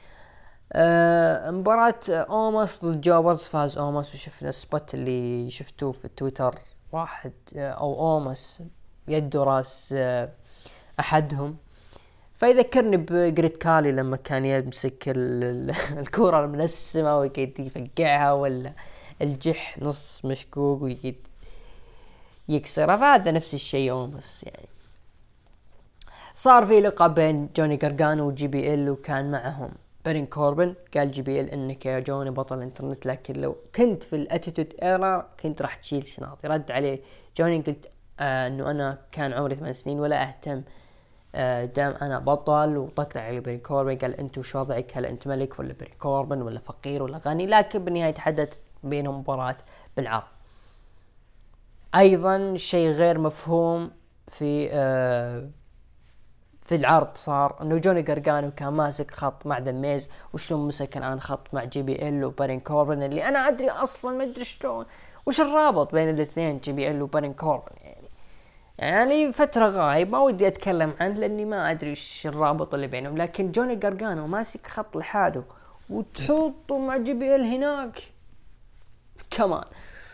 مباراة اوماس ضد جوبرز، فاز اوماس وشفنا السبوت اللي شفتوه في تويتر، واحد او اوماس يده راس احدهم، فيذكرني بجريت كالي لما كان يمسك الكرة المنسمة ويقعد يفقعها، ولا الجح نص مشكوك ويقعد يكسرها، فهذا نفس الشيء اوماس. يعني صار في لقاء بين جوني غارغانو وجي بي ال وكان معهم بارين كوربن. قال جي بي ال انك يا جوني بطل الانترنت، لكن لو كنت في الاتيتود ايرا كنت راح تشيل شناطي. رد عليه جوني قلت انه انا كان عمري 8 سنين ولا اهتم دام انا بطل، وطلع على بارين كوربن قال انت وش وضعك، هل انت ملك ولا بارين كوربن ولا فقير ولا غني، لكن بالنهاية تحدث بينهم مباراة بالعرض. ايضا شيء غير مفهوم في العرض صار انه جوني غارغانو كان ماسك خط مع ذا ميز، وشلون مسك الان خط مع جي بي ال وبارين كوربن، اللي انا ادري اصلا ما ادري شلون وش الرابط بين الاثنين جي بي ال وبارين كوربن. يعني فترة غايب ما ودي اتكلم عنه لاني ما ادري وش الرابط اللي بينهم، لكن جوني غارغانو ماسك خط لحاله وتحطه مع جي بي ال هناك كمان.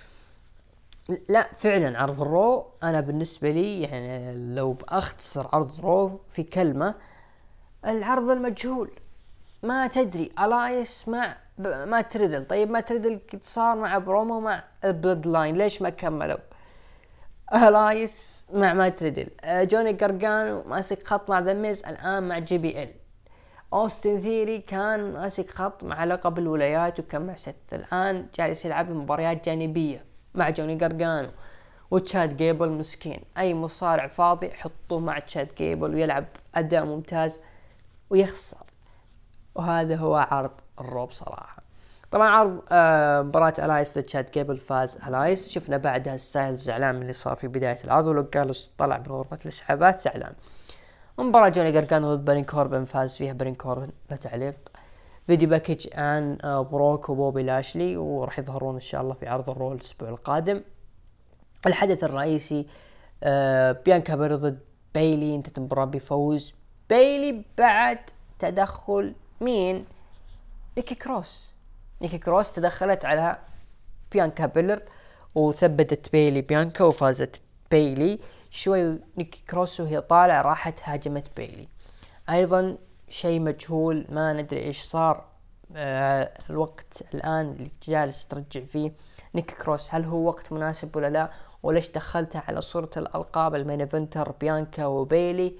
لا فعلا عرض الرو انا بالنسبة لي يعني لو باختصر عرض رو في كلمة، العرض المجهول. ما تدري الايس مع ما تريدل، طيب ما تريدل صار مع برومو مع بلاد لاين، ليش ما كملوا؟ الايس مع ما تريدل، جوني غارغانو ماسك خط مع ذا ميز الان مع جي بي ال، اوستن ثيري كان ماسك خط مع لقب الولايات وكان مع سيث، الان جالس يلعب مباريات جانبية مع جوني غارغانو. وتشاد جيبل مسكين، اي مصارع فاضي حطوه مع تشاد جيبل ويلعب اداء ممتاز ويخسر. وهذا هو عرض الروب صراحة. طبعا عرض مباراة الايس تشاد جيبل، فاز الايس. شفنا بعدها ستايلز زعلان من اللي صار في بداية العرض، ولو قالوا طلع من غرفة الاسعافات زعلان. مباراة جوني غارغانو ضد بارين كوربن، فاز فيها بارين كوربن لا تعليق. فيديو باكج عن بروك وبوبي لاشلي، وراح يظهرون ان شاء الله في عرض الرول الاسبوع القادم. الحدث الرئيسي بيانكا بير ضد بايلي، انتهت المباراة بفوز بايلي بعد تدخل مين؟ نيكي كروس تدخلت على بيانكا بيلر وثبتت بايلي بيانكا وفازت بايلي. شوي نيكي كروس وهي طالع راحت هاجمت بايلي. ايضا شيء مجهول ما ندري ايش صار الوقت الان اللي جالس ترجع فيه نيكي كروس، هل هو وقت مناسب ولا لا؟ وليش دخلتها على صورة الألقاب المين ايفنتر بيانكا وبيلي؟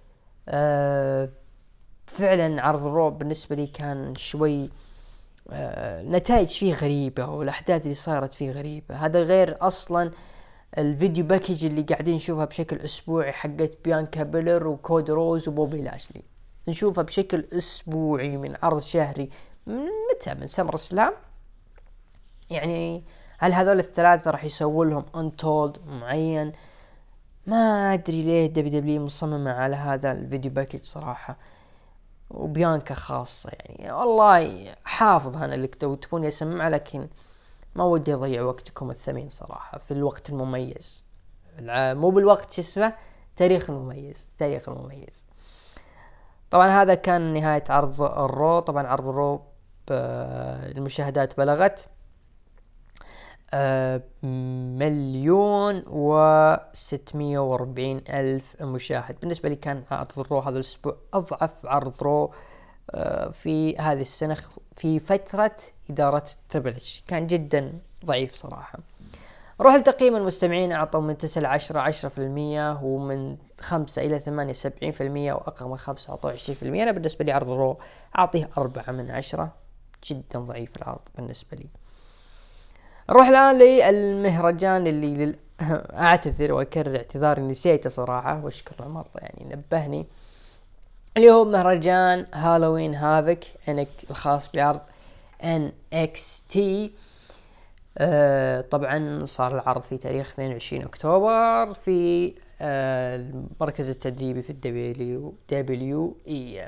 فعلا عرض الرو بالنسبة لي كان شوي نتائج فيه غريبة والأحداث اللي صارت فيه غريبة. هذا غير أصلا الفيديو باكيج اللي قاعدين نشوفها بشكل أسبوعي حقت بيانكا بيلر وكود روز وبوبي لاشلي، نشوفها بشكل أسبوعي من عرض شهري من متى؟ من سمر سلام. يعني هل هذول الثلاثة راح يسووا لهم انتولد معين؟ ما ادري ليه دبليو مصممة على هذا الفيديو باكيج صراحة، وبيانكا خاصة. يعني والله حافظ انا اللي تبوني اسمع، لكن ما ودي اضيع وقتكم الثمين صراحة في الوقت المميز، مو بالوقت اسمه تاريخ المميز. طبعا هذا كان نهاية عرض الرو. طبعا عرض الرو المشاهدات بلغت 1,640,000 مشاهد. بالنسبة لي كان عرض الرو هذا الأسبوع أضعف عرض رو في هذه السنة في فترة إدارة تريبل اتش، كان جدا ضعيف صراحة. روح لتقييم المستمعين، أعطوا من 9 ل10 10%، ومن 5 إلى 8 70%، وأقل من 5 أعطوا 20%. أنا بالنسبة لي عرض رو أعطيه 4/10، جدا ضعيف العرض بالنسبة لي. نروح الآن للمهرجان اللي أعتذر وأكرر اعتذاري نسيته صراحة، وأشكر مرة يعني نبهني، اللي هو مهرجان هالوين هافك الخاص بعرض NXT. طبعا صار العرض في تاريخ 22 أكتوبر في المركز التدريبي في WWE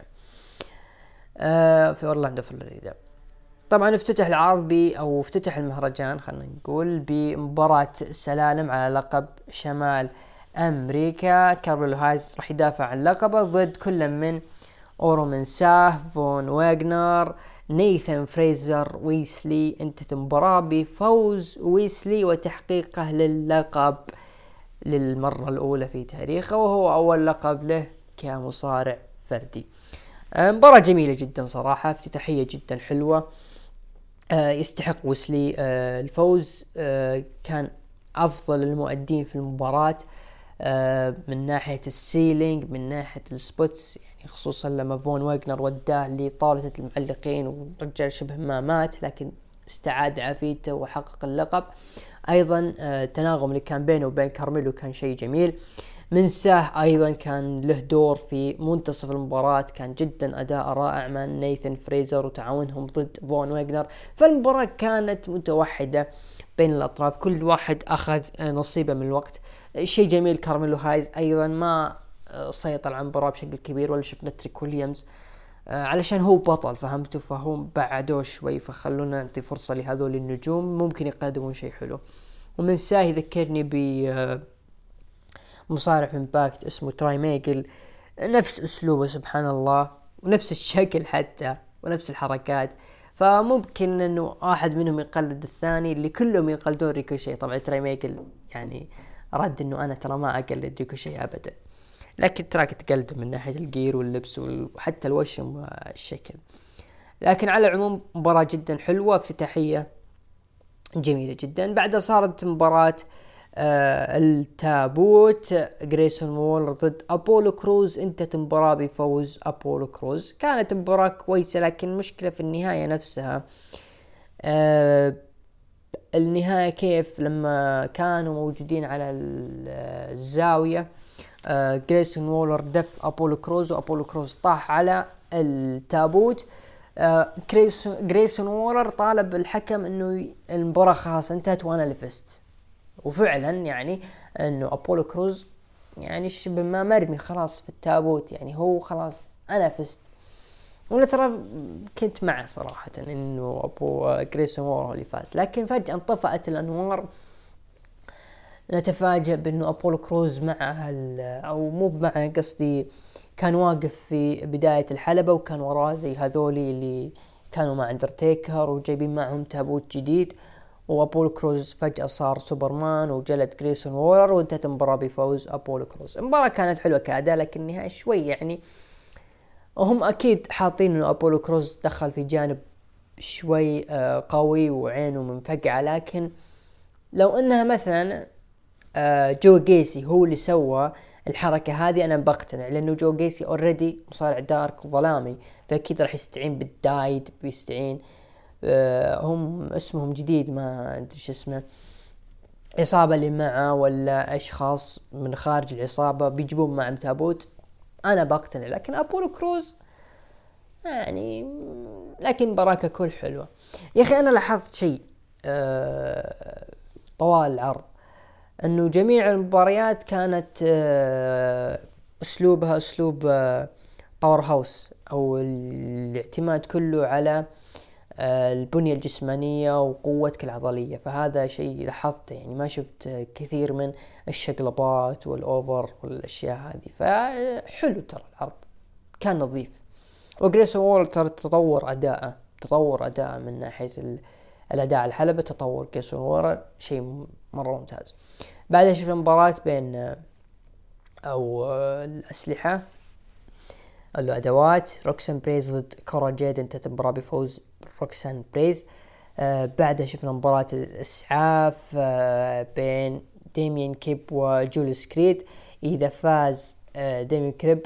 في أورلاندو فلوريدا. طبعا افتتح العرض أو افتتح المهرجان خلينا نقول بمباراة سلالم على لقب شمال أمريكا. كارميلو هايز راح يدافع عن لقبه ضد كل من أورومن ساه، فون واغنر، نيثان فريزر، ويسلي. انتهت المباراة بفوز ويسلي وتحقيقه للقب للمرة الأولى في تاريخه، وهو أول لقب له كمصارع فردي. مباراة جميلة جدا صراحة، افتتاحية جدا حلوة. يستحق ويسلي الفوز. كان أفضل المؤدين في المباراة من ناحية السيلينج، من ناحية السبوتس، يعني خصوصا لما فون واغنر وداه لطاولة المعلقين ورجال شبه ما مات، لكن استعاد عافيته وحقق اللقب. أيضا التناغم اللي كان بينه وبين كارميلو كان شيء جميل. من ساه أيضا كان له دور في منتصف المباراة، كان جدا أداء رائع مع نيثان فريزر وتعاونهم ضد فون واغنر. فالمباراة كانت متوحدة بين الأطراف، كل واحد أخذ نصيبه من الوقت. شيء جميل، كارميلو هايز أيضا ما سيطر على المباراة بشكل كبير، ولا شفنا تريك ويليامز علشان هو بطل فهمته، فهم بعدوه شوي، فخلونا نعطي فرصة لهذول النجوم ممكن يقدمون شيء حلو. ومن ساه يذكرني بمصارع في امباكت اسمه تراي ميجل، نفس أسلوبه سبحان الله، ونفس الشكل حتى، ونفس الحركات. فممكن انه واحد منهم يقلد الثاني، اللي كلهم يقلدون ريكوشي. طبعا تراي ميجل يعني رد انه انا ترى ما اقلد ريكوشي ابدا، لكن تراك تقلده من ناحية الجير واللبس وحتى الوشم والشكل. لكن على العموم مباراة جدا حلوة، افتتاحية جميلة جدا. بعدها صارت مباراة التابوت، جريسون وول ضد أبولو كروز. انتهت المباراة بفوز أبولو كروز. كانت مباراة كويسة، لكن المشكلة في النهاية نفسها. النهاية كيف لما كانوا موجودين على الزاوية، جريسون وولر دف أبولو كروز، وأبولو كروز طاح على التابوت. جريسون وولر طالب الحكم انه المباراة خلاص انتهت وانا اللي فزت، وفعلا يعني انه أبولو كروز يعني شبه ما مرمي خلاص في التابوت، يعني هو خلاص انا فزت. وانا ترى كنت معه صراحة انه جريسون وولر هو اللي فاز، لكن فجأة انطفأت الانوار. نتفاجأ بأنه أبولو كروز معه أو مو معه، قصدي كان واقف في بداية الحلبة، وكان وراه زي هذولي اللي كانوا مع اندرتيكر وجايبين معهم تابوت جديد. وأبولو كروز فجأة صار سوبرمان وجلد جريسون وولر، وانتهت المباراة بفوز أبولو كروز. المباراة كانت حلوة كأداء، لكن النهاية شوي يعني وهم أكيد حاطين أنه أبولو كروز دخل في جانب شوي قوي وعينه منفقعة، لكن لو أنها مثلا جو جيسي هو اللي سوى الحركة هذه أنا بقتنع، لأنه جو جيسي أوريدي مصارع دارك وظلامي، فأكيد راح يستعين بالدايد، بيستعين هم اسمهم جديد ما أدري شو اسمه، عصابة اللي معه ولا أشخاص من خارج العصابة بيجيبون معهم تابوت. أنا بقتنع، لكن أبولو كروز يعني لكن براكة كل حلوة. يا أخي أنا لاحظت شيء طوال العرض، انه جميع المباريات كانت اسلوبها اسلوب باور هاوس، او الاعتماد كله على البنية الجسمانية وقوتك العضلية. فهذا شيء لاحظته، يعني ما شفت كثير من الشقلبات والاوفر والاشياء هذه. فحلو ترى العرض كان نظيف. وجريسون وول ترى تطور أداءه من ناحية الأداء على الحلبة، تطور جريسون وول شيء مرة ممتاز. بعدها شفنا مباراة بين الأسلحة الأدوات، روكسان بريز ضد كورا جيد. انتهت المباراة بفوز روكسان بريز. بعدها شفنا مباراة الإسعاف بين ديميان كيب وجوليوس كريد. إذا فاز ديميان كريب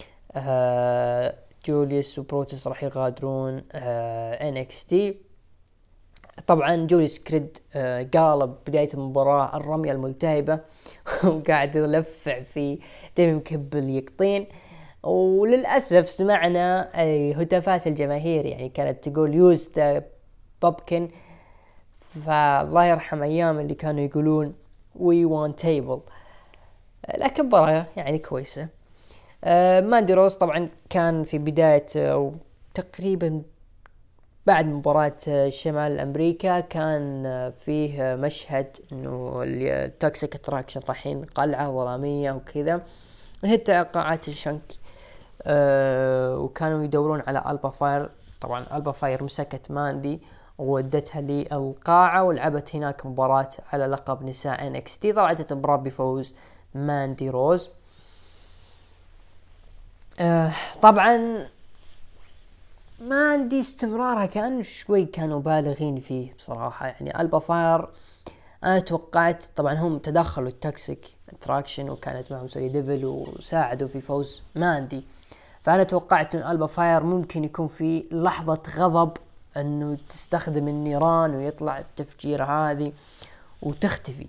جوليوس وبروتس راح يغادرون NXT. طبعا جوليوس كريد قالب بداية المباراة الرمية الملتهبة وقاعد يلفع في ديميان كيب اليقطين، وللأسف سمعنا هتافات الجماهير يعني كانت تقول يوز ذا بابكن، فالله يرحم أيام اللي كانوا يقولون we want table. لكن مباراة يعني كويسة. ماندي روز طبعا كان في بداية تقريبا بعد مباراة شمال أمريكا كان فيه مشهد إنه التوكسيك اتراكشن رايحين قلعة ظلامية وكذا، هي قاعات الشنك، وكانوا يدورون على ألبا فاير. طبعا ألبا فاير مسكت ماندي وودتها للقاعة ولعبت هناك مباراة على لقب نساء NXT. طلعت المباراة بفوز ماندي روز. طبعا ماندي استمرارها كان شوي كانوا بالغين فيه بصراحة. يعني ألبا فاير أنا توقعت، طبعا هم تدخلوا التوكسيك اتراكشن وكانت معهم سوري ديفل وساعدوا في فوز ماندي، فأنا توقعت أن ألبا فاير ممكن يكون في لحظة غضب أنه تستخدم النيران ويطلع التفجيرة هذه وتختفي،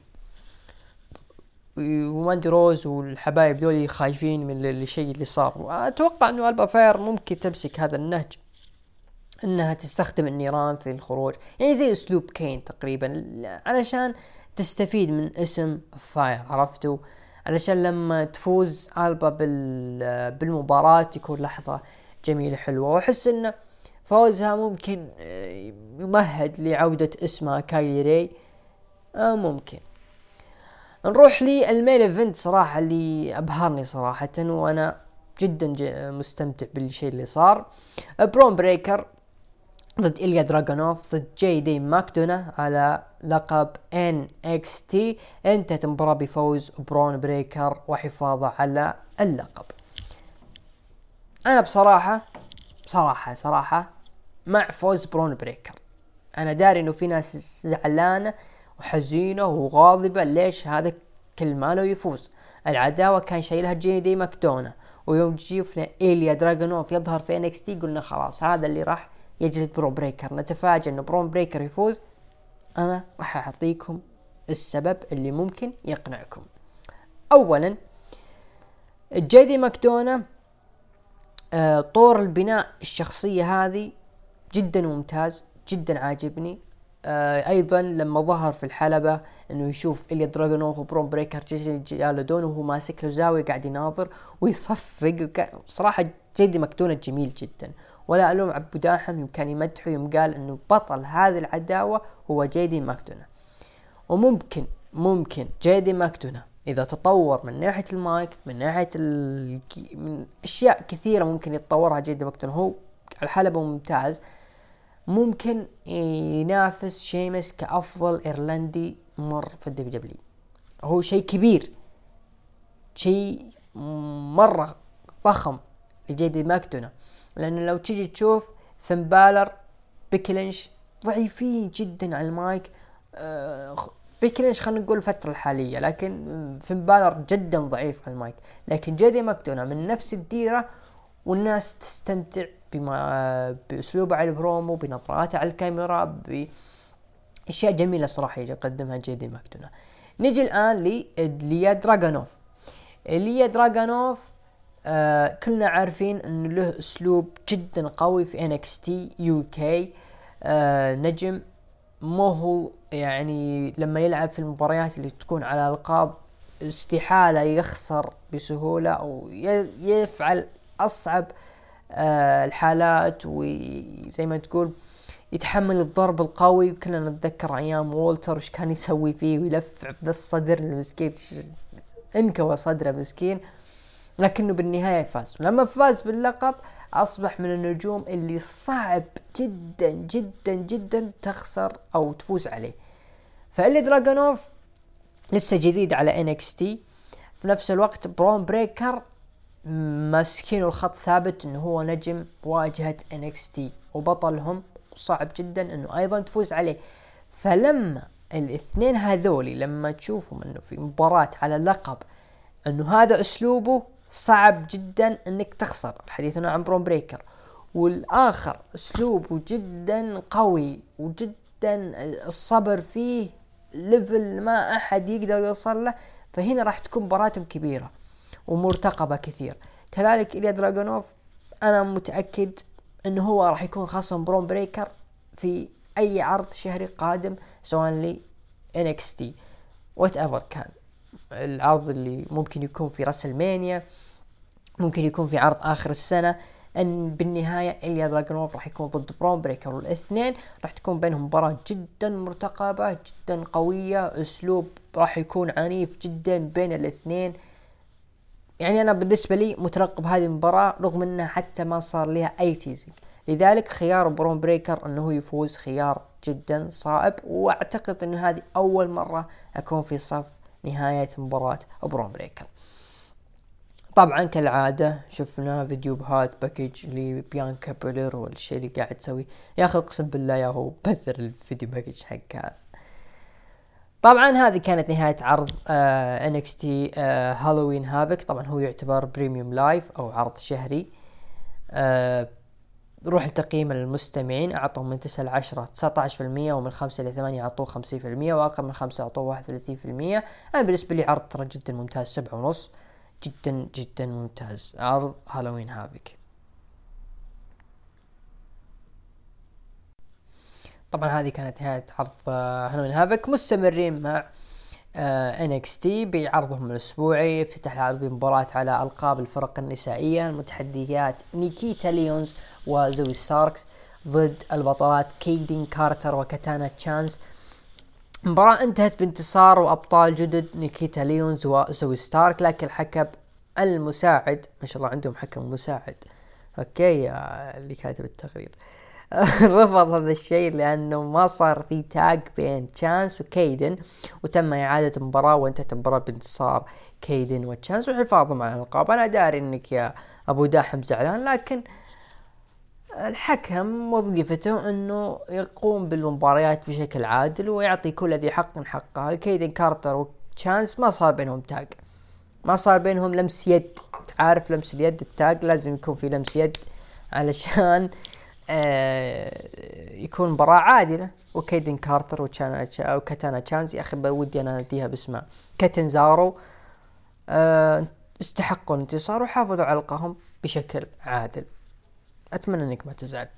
وماندي روز والحبايب دولي خايفين من الشيء اللي صار. وأتوقع أنه ألبا فاير ممكن تمسك هذا النهج انها تستخدم النيران في الخروج، يعني زي اسلوب كين تقريبا، علشان تستفيد من اسم فاير، عرفتوا؟ علشان لما تفوز ألبا بالمباراة يكون لحظة جميلة حلوة. واحس ان فوزها ممكن يمهد لعودة اسمها كايلي راي. ممكن نروح للمين ايفنت صراحة اللي ابهرني صراحة، وانا جدا مستمتع بالشيء اللي صار. برون بريكر ضد إليا دراغونوف ضد جي دي ماكدونا على لقب NXT. انتهت المباراة بفوز برون بريكر وحفاظه على اللقب. انا بصراحة مع فوز برون بريكر. انا داري انه في ناس زعلانة وحزينة وغاضبة، ليش هذا كل ما له يفوز؟ العداوة كان شايلها جي دي ماكدونا، ويوم شفنا إليا دراغونوف يظهر في NXT قلنا خلاص هذا اللي راح يجلد برون بريكر. نتفاجأ انه برون بريكر يفوز. انا راح اعطيكم السبب اللي ممكن يقنعكم. اولا جي دي ماكدونا طور البناء الشخصية هذه جدا ممتاز، جدا عاجبني. ايضا لما ظهر في الحلبة انه يشوف إليا دراغونوف وبرون بريكر جالدون وهو ماسك له زاوية قاعد يناظر ويصفق، صراحة جي دي ماكدونا جميل جدا. ولا ألوم عبو داحم يوم كان يمدحه يوم قال انه بطل هذه العداوة هو جي دي ماكدونا. وممكن جي دي ماكدونا اذا تطور من ناحية المايك، من ناحية من اشياء كثيرة ممكن يتطورها جي دي ماكدونا، هو الحلبة ممتاز، ممكن ينافس شيمس كأفضل إيرلندي مر في الدبليو. هو شيء كبير، شيء مرة ضخم لجي دي ماكدونا، لأنه لو تيجي تشوف فين بالر بيكي لينش ضعيفين جدا على المايك. بيكي لينش خلينا نقول الفترة الحالية، لكن فين بالر جدا ضعيف على المايك. لكن جي دي ماكدونا من نفس الديرة والناس تستمتع بأسلوبه على البرومو، بنظراته على الكاميرا، بأشياء جميلة صراحة يقدمها جي دي ماكدونا. نيجي الآن لإليا دراغونوف. إليا دراغونوف كلنا عارفين أنه له أسلوب جدا قوي في NXT UK. نجم مو هو يعني لما يلعب في المباريات اللي تكون على ألقاب استحالة يخسر بسهولة أو يفعل أصعب الحالات، وزي ما تقول يتحمل الضرب القوي. كلنا نتذكر أيام وولتر وش كان يسوي فيه ويلفع بالصدر المسكين، انكوى صدره مسكين، لكنه بالنهاية فاز. لما فاز باللقب أصبح من النجوم اللي صعب جدا جدا جدا تخسر أو تفوز عليه. فإلي دراغونوف لسه جديد على NXT. في نفس الوقت برون بريكر ماسكين الخط ثابت انه هو نجم واجهة NXT وبطلهم وصعب جدا انه ايضا تفوز عليه. فلما الاثنين هذولي لما تشوفهم انه في مباراة على لقب انه هذا اسلوبه صعب جدا انك تخسر، الحديث هنا عن برون بريكر، والاخر اسلوبه جدا قوي وجدا الصبر فيه ليفل ما احد يقدر يوصل له، فهنا راح تكون مباراتهم كبيرة ومرتقبة كثير. كذلك إيليا دراغونوف انا متأكد انه هو راح يكون خصم برون بريكر في اي عرض شهري قادم، سواء ل NXT whatever كان العرض اللي ممكن يكون في راسلمانيا، ممكن يكون في عرض آخر السنة. ان بالنهاية إيليا دراغونوف راح يكون ضد برون بريكر، والاثنين راح تكون بينهم مباراة جدا مرتقبة جدا قوية، اسلوب راح يكون عنيف جدا بين الاثنين. يعني انا بالنسبة لي مترقب هذه المباراة رغم انها حتى ما صار لها اي تيزنج، لذلك خيار برون بريكر انه يفوز خيار جدا صائب، واعتقد انه هذه اول مرة اكون في صف نهاية مباراة برون بريكر. طبعا كالعادة شفنا فيديوهات باكيج لبيانكا بولير والشيء اللي قاعد تسوي، يا اخي اقسم بالله يا هو بثر الفيديو باكيج حقها. طبعا هذه كانت نهاية عرض NXT هالوين هافك. طبعا هو يعتبر بريميوم لايف او عرض شهري. روح التقييم للمستمعين اعطوهم من 9 ل 10 19%، ومن 5 ل 8 اعطوه 50%، واقل من 5 اعطوه 31%. انا بالنسبة لي عرض ترى جدا ممتاز، 7.5 جدا جدا ممتاز عرض هالوين هافك. طبعا هذه كانت نهاية عرض هالوين هافك. مستمرين مع NXT بعرضهم الأسبوعي. افتتح العرض بمباراة على ألقاب الفرق النسائية، المتحديات نيكيتا ليونز وزوي ستاركس ضد البطلات كايدين كارتر وكاتانا تشانس. مباراة انتهت بانتصار وأبطال جدد نيكيتا ليونز وزوي ستارك، لكن الحكم المساعد، ما شاء الله عندهم حكم مساعد، اوكي اللي كاتب التقرير رفض هذا الشيء لأنه ما صار في تاج بين تشانس وكايدن، وتم إعادة المباراة وانتهت المباراة بانتصار كايدن وتشانس وحفاظهم على الألقاب. أنا داري إنك يا أبو داحم زعلان، لكن الحكم وظيفته انه يقوم بالمباريات بشكل عادل ويعطي كل ذي حق حقه. الكايدن كارتر وتشانس ما صار بينهم تاج، ما صار بينهم لمس يد. تعرف لمس اليد التاج لازم يكون في لمس يد علشان يكون مباراة عادلة. وكايدن كارتر وكاتانا تشانس، يا اخي ودي انا اديها باسمها كاتنزارو، استحقوا الانتصار وحافظوا على لقاهم بشكل عادل. اتمنى انك ما تزعل.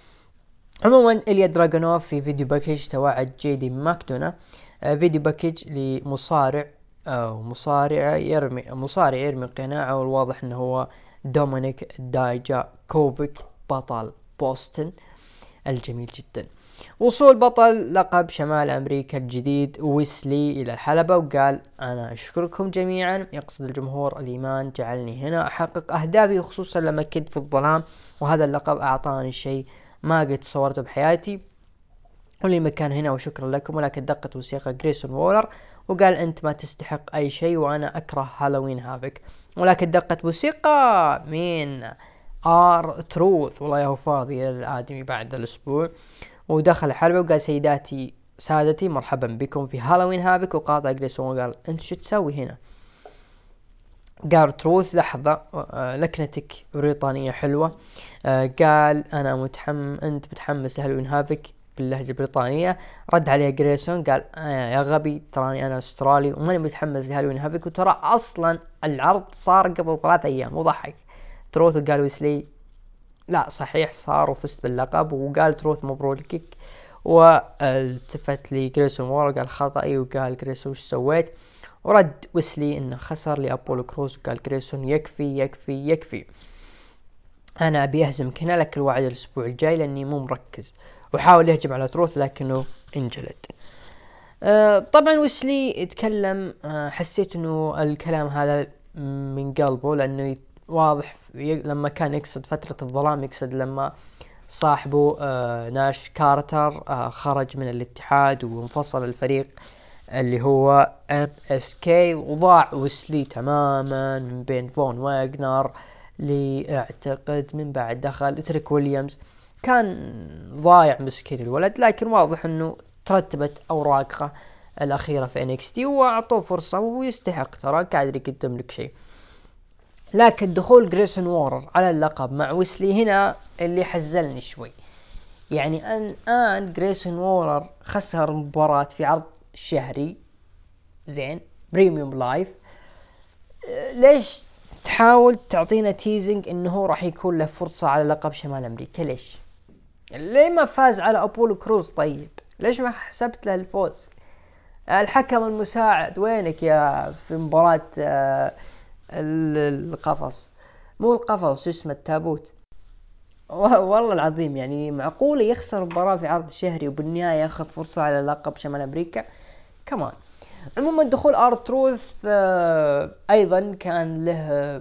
عموما إيليا دراغونوف في فيديو باكيج توعد جيدي ماكدونا، فيديو باكيج لمصارع او مصارع يرمي قناعه، والواضح انه هو دومينيك دايجاكوفيك بطل بوسطن الجميل جدا. وصول بطل لقب شمال امريكا الجديد ويسلي الى الحلبة وقال انا اشكركم جميعا، يقصد الجمهور، الايمان جعلني هنا احقق اهدافي، خصوصا لما كنت في الظلام، وهذا اللقب اعطاني شيء ما قد تصورته بحياتي، ولي مكان هنا وشكرا لكم. ولكن دقت موسيقى جريسون وولر وقال انت ما تستحق اي شيء وانا اكره هالوين هافك. ولكن دقت موسيقى من تروث، والله يا هو فاضي الادمي بعد الاسبوع، ودخل الحلبة وقال سيداتي سادتي مرحبا بكم في هالوين هافك. وقاطع جريسون وقال انت شو تسوي هنا؟ قال تروث لحظة لكنتك بريطانية حلوة. قال أنا أنت متحمس لهالوين هافك باللهجة البريطانية. رد عليه جريسون قال يا غبي تراني أنا أسترالي وماني متحمس لهالوين هافك، وترى أصلا العرض صار قبل 3 أيام. وضحك تروث وقال ويسلي لا صحيح صار وفزت باللقب، وقال تروث مبروك، والتفت لي جريسون وورا قال خطأي، وقال جريسون وش سويت؟ ورد ويسلي انه خسر لأبولو كروز، وقال جريسون يكفي يكفي يكفي، انا ابي اهزمك هنا لك الوعد الاسبوع الجاي لاني مو مركز. وحاول يهجم على تروث لكنه انجلد. طبعا ويسلي يتكلم، حسيت انه الكلام هذا من قلبه، لانه واضح لما كان يقصد فترة الظلام، يقصد لما صاحبه ناش كارتر خرج من الاتحاد وانفصل الفريق اللي هو MSK، وضاع ويسلي تماما من بين فون واغنر اللي اعتقد من بعد دخل تريك ويليامز. كان ضايع مسكين الولد، لكن واضح انه ترتبت اوراقه الاخيرة في NXT واعطوه فرصة ويستحق، ترى قادر يقدم لك شيء. لكن دخول جريسون وورر على اللقب مع ويسلي هنا اللي حزلني شوي. يعني الآن جريسون وورر خسر مباراة في عرض شهري زين بريميوم لايف، ليش تحاول تعطينا تيزنج انه هو راح يكون له فرصة على لقب شمال امريكا؟ ليه ما فاز على ابولو كروز؟ طيب ليش ما حسبت له الفوز؟ الحكم المساعد وينك يا في مباراة القفص، مو القفص اسمه التابوت. والله العظيم يعني معقولة يخسر مباراة في عرض شهري وبالنهاية ياخذ فرصة على لقب شمال امريكا؟ كمان. عموما دخول ارتروث ايضا كان له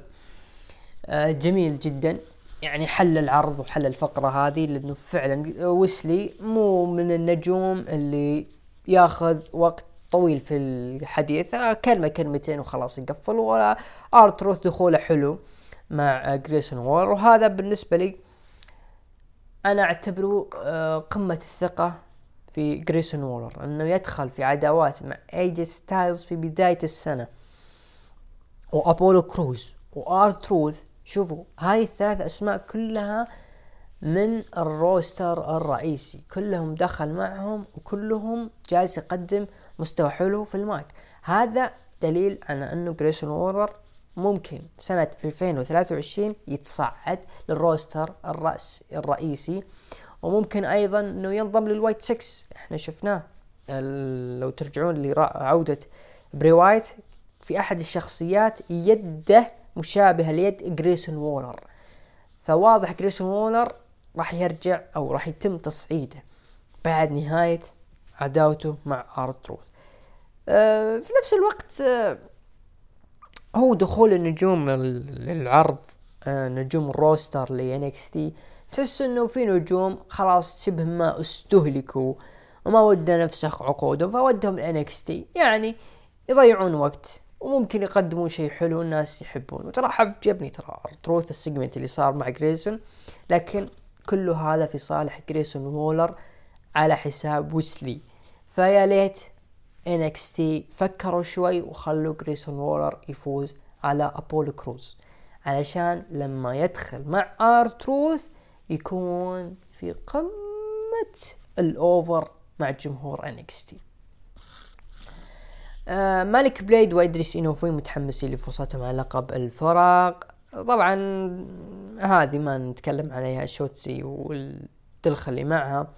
جميل جدا، يعني حل العرض وحل الفقرة هذه، لانه فعلا ويسلي مو من النجوم اللي ياخذ وقت طويل في الحديث، كلمة كلمتين وخلاص يقفل. ولا ارتروث دخوله حلو مع جريسون وور، وهذا بالنسبة لي انا اعتبره قمة الثقة في جريسون وولر، انه يدخل في عداوات مع ايجي ستايلز في بداية السنة وابولو كروز وارتروث. شوفوا هاي الثلاث اسماء كلها من الروستر الرئيسي، كلهم دخل معهم وكلهم جالس يقدم مستوى حلو في المايك. هذا دليل على انه جريسون وولر ممكن سنة 2023 يتصعد للروستر الرئيسي، وممكن ايضا انه ينضم للوايت 6. احنا شفناه لو ترجعون لعودة بري وايت في احد الشخصيات يده مشابهة ليد جريسون وولر، فواضح جريسون وولر راح يرجع او راح يتم تصعيده بعد نهاية عداوته مع ارتروث. في نفس الوقت هو دخول النجوم للعرض، نجوم الروستر ل NXT، تحس انه في نجوم خلاص شبه ما استهلكوا وما ودنا نفسخ عقودهم، فودهم NXT يعني يضيعون وقت وممكن يقدمون شيء حلو الناس يحبون. وترى عجبني ترى ارتروث السيجمنت اللي صار مع جريسون، لكن كله هذا في صالح جريسون وولر على حساب ويسلي. فيا ليت NXT فكروا شوي وخلوا جريسون وولر يفوز على أبولو كروز، علشان لما يدخل مع ارتروث يكون في قمة الأوفر مع جمهور NXT. مالك بليد وإدريس إنوفي متحمسين لفرصتهم على لقب الفرق. طبعا هذه ما نتكلم عليها، شوتسي والدلخ اللي معها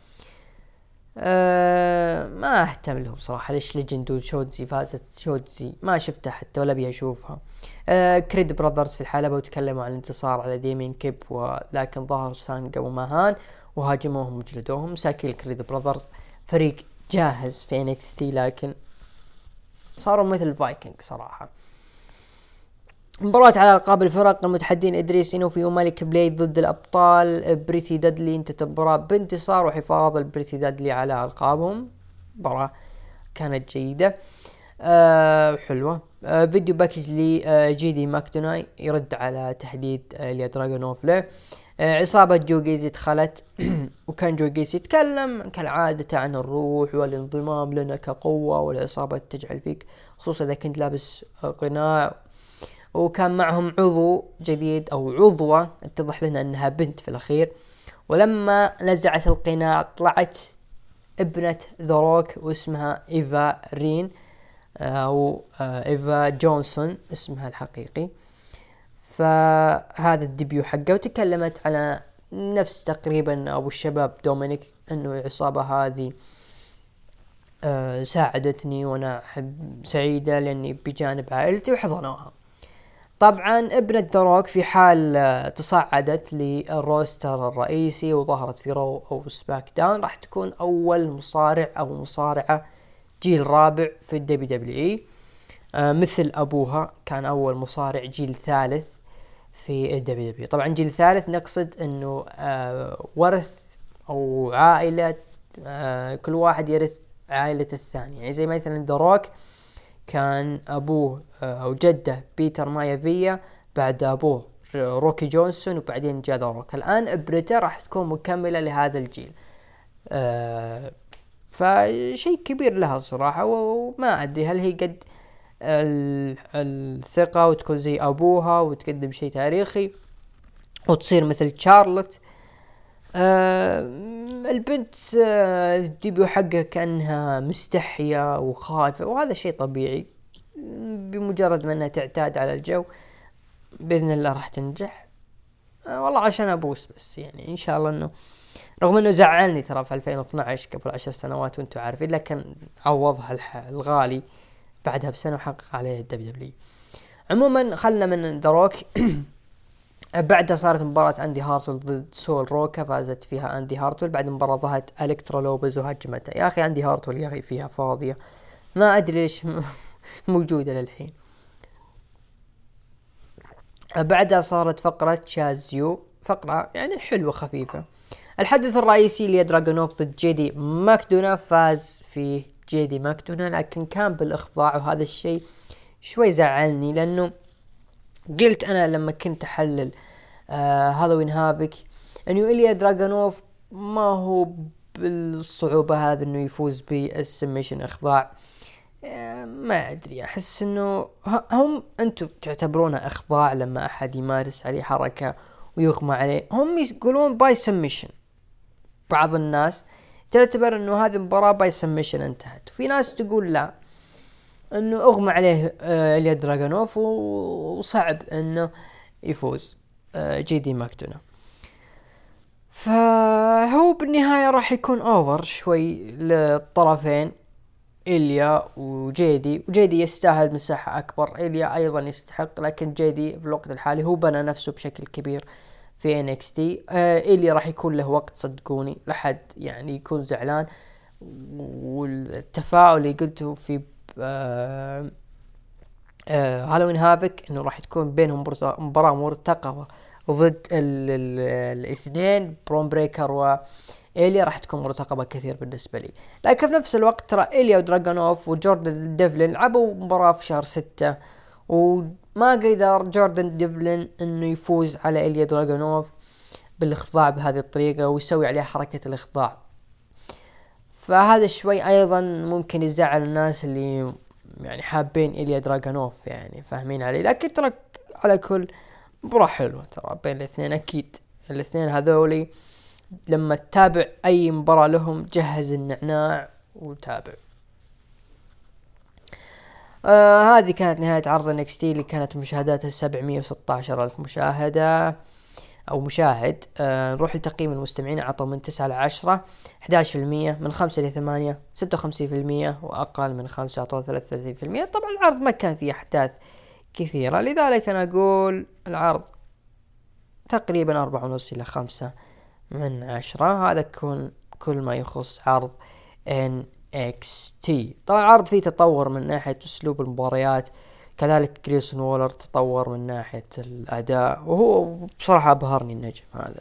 ما اهتم لهم صراحة. ليش ليجند وشوتزي فازت شوتزي ما شفتها حتى ولا بي اشوفها. كريد براذرز في الحلبة وتكلموا عن الانتصار على ديمين كيب، ولكن ظهر سانجا وماهان وهاجموهم وجلدوهم. مساكين كريد براذرز فريق جاهز في NXT، لكن صاروا مثل فايكنج صراحة. مباراة على ألقاب الفرق، المتحدين إدريس إنوفي ومالك بليد ضد الأبطال بريتي دادلي. انتهت المباراة بانتصار وحفاظ البريتي دادلي على ألقابهم. مباراة كانت جيدة حلوة. فيديو باكج لي جي دي ماكدوناي يرد على تهديد إليا دراغونوف له. عصابة جو جيزي دخلت وكان جو جيزي يتكلم كالعادة عن الروح والانضمام لنا كقوة، والعصابة تجعل فيك خصوصا إذا كنت لابس قناع. وكان معهم عضو جديد أو عضوة اتضح لنا أنها بنت في الأخير، ولما نزعت القناع طلعت ابنة ذا روك واسمها إيفا رين أو إيفا جونسون اسمها الحقيقي. فهذا الديبيو حقه، وتكلمت على نفس تقريبا أبو الشباب دومينيك أنه العصابة هذه ساعدتني وأنا سعيدة لأني بجانب عائلتي وحضنوها. طبعا ابنة ذا روك في حال تصعدت للروستر الرئيسي وظهرت في رو أو سباك داون راح تكون أول مصارع أو مصارعة جيل رابع في WWE، مثل أبوها كان أول مصارع جيل ثالث في WWE. طبعا جيل ثالث نقصد أنه ورث أو عائلة، كل واحد يرث عائلة الثاني. يعني زي مثلا ذا روك كان أبوه أو جده بيتر مايافيا، بعد أبوه روكي جونسون وبعدين جاء ذا روك. الآن بريتا راح تكون مكملة لهذا الجيل. فشيء كبير لها صراحة، وما أدري هل هي قد الثقة وتكون زي أبوها وتقدم شيء تاريخي وتصير مثل شارلوت. البنت الديبيو حقها كأنها مستحية وخايفة، وهذا شيء طبيعي. بمجرد ما أنها تعتاد على الجو بإذن الله راح تنجح. والله عشان أبوس بس يعني إن شاء الله. إنه رغم إنه زعلني ترى في 2012 قبل 10 سنوات وأنتوا عارفين، لكن عوضها الغالي بعدها بسنة وحقق عليه الدبليو. عموما خلنا من ذا روك. بعدها صارت مباراة أندي هارتول ضد سول روكا، فازت فيها أندي هارتول. بعد المباراة ظهرت ألكترا لوبز وهجمتها. يا أخي أندي هارتول يا أخي فيها فاضية، ما أدري ليش موجودة للحين. بعدها صارت فقرة شازيو، فقرة يعني حلوة خفيفة. الحدث الرئيسي اللي دراغونوف ضد جيدي ماكدونا، فاز فيه جيدي ماكدونا لكن كان بالإخضاع، وهذا الشيء شوي زعلني، لأنه قلت أنا لما كنت أحلل هالوين هافك أنه إليا دراغونوف ما هو بالصعوبة هذا أنه يفوز بالسميشن إخضاع. ما أدري، أحس أنه هم أنتم تعتبرونه إخضاع لما أحد يمارس عليه حركة ويغمى عليه. هم يقولون باي سميشن، بعض الناس تعتبر أنه هذه المباراة باي سميشن انتهت، وفي ناس تقول لا، أنه أغمى عليه إليا دراغونوف وصعب أنه يفوز جيدي ماكدونا. فهو بالنهاية راح يكون أوفر شوي للطرفين، إليا وجيدي يستاهل مساحة أكبر. إليا أيضا يستحق، لكن جيدي في الوقت الحالي هو بنى نفسه بشكل كبير في NXT. إليا راح يكون له وقت صدقوني لحد يعني يكون زعلان. والتفاؤل اللي قلته في هالوين هافك انه راح تكون بينهم مباراة مرتقبة ضد الاثنين برون بريكر وإيليا، راح تكون مرتقبة كثير بالنسبة لي. لكن في نفس الوقت ترى إيليا ودراغونوف وجوردن ديفلين لعبوا مباراة في شهر 6 وما قدر جوردن ديفلين انه يفوز على إيليا دراغونوف بالاخضاع بهذه الطريقة ويسوي عليه حركة الاخضاع. فهذا شوي ايضا ممكن يزعل الناس اللي يعني حابين إليا دراغونوف، يعني فاهمين علي. لكن ترى على كل مباراة حلوة ترى بين الاثنين. اكيد الاثنين هذولي لما تتابع اي مباراة لهم جهز النعناع وتابع. هذه كانت نهاية عرض NXT اللي كانت مشاهداتها 716,000 مشاهدة او مشاهد. نروح لتقييم المستمعين. عطوا من 9 ل10 11%، من 5 ل 8 56%، واقل من 5 عطوا 33%. طبعا العرض ما كان فيه احداث كثيرة، لذلك انا اقول العرض تقريبا 4.5 إلى 5 من 10. هذا كل ما يخص عرض NXT. طبعا العرض فيه تطور من ناحية اسلوب المباريات، كذلك جريسون وولر تطور من ناحية الأداء، وهو بصراحة أبهرني النجم هذا.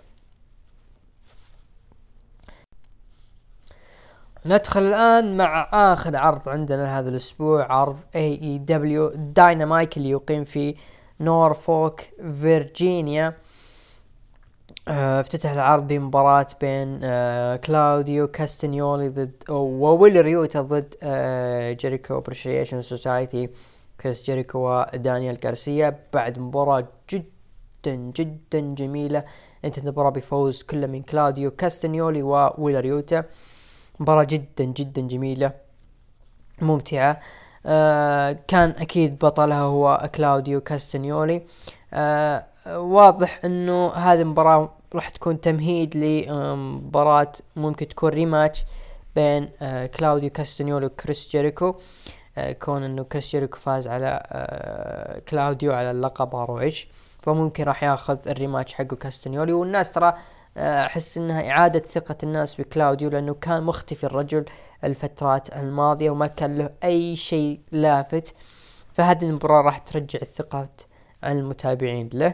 ندخل الآن مع آخر عرض عندنا هذا الأسبوع، عرض AEW داينامايك اللي يقيم في نورفولك فيرجينيا. افتتح العرض بمباراة بين كلاوديو كاستانيولي ضد وويل ريوتا ضد جيريكو أبريشيشن سوسايتي كريس جيريكو ودانيال غارسيا. بعد مباراة جدا جدا جميلة انتهت المباراة بفوز كل من كلاوديو كاستانيولي وويل ريوتا. مباراة جدا جدا جميلة ممتعة. كان اكيد بطلها هو كلاوديو كاستانيولي. واضح انه هذه المباراة راح تكون تمهيد لمباراة ممكن تكون ريماتش بين كلاوديو كاستانيولي وكريس جيريكو، كون انه كريس جيريكو فاز على كلاوديو على اللقب ROH، فممكن راح ياخذ الريماتش حقه كاستانيولي. والناس ترى احس انها اعادة ثقة الناس بكلاوديو، لانه كان مختفي الرجل الفترات الماضية وما كان له اي شيء لافت، فهذه المباراة راح ترجع ثقة المتابعين له.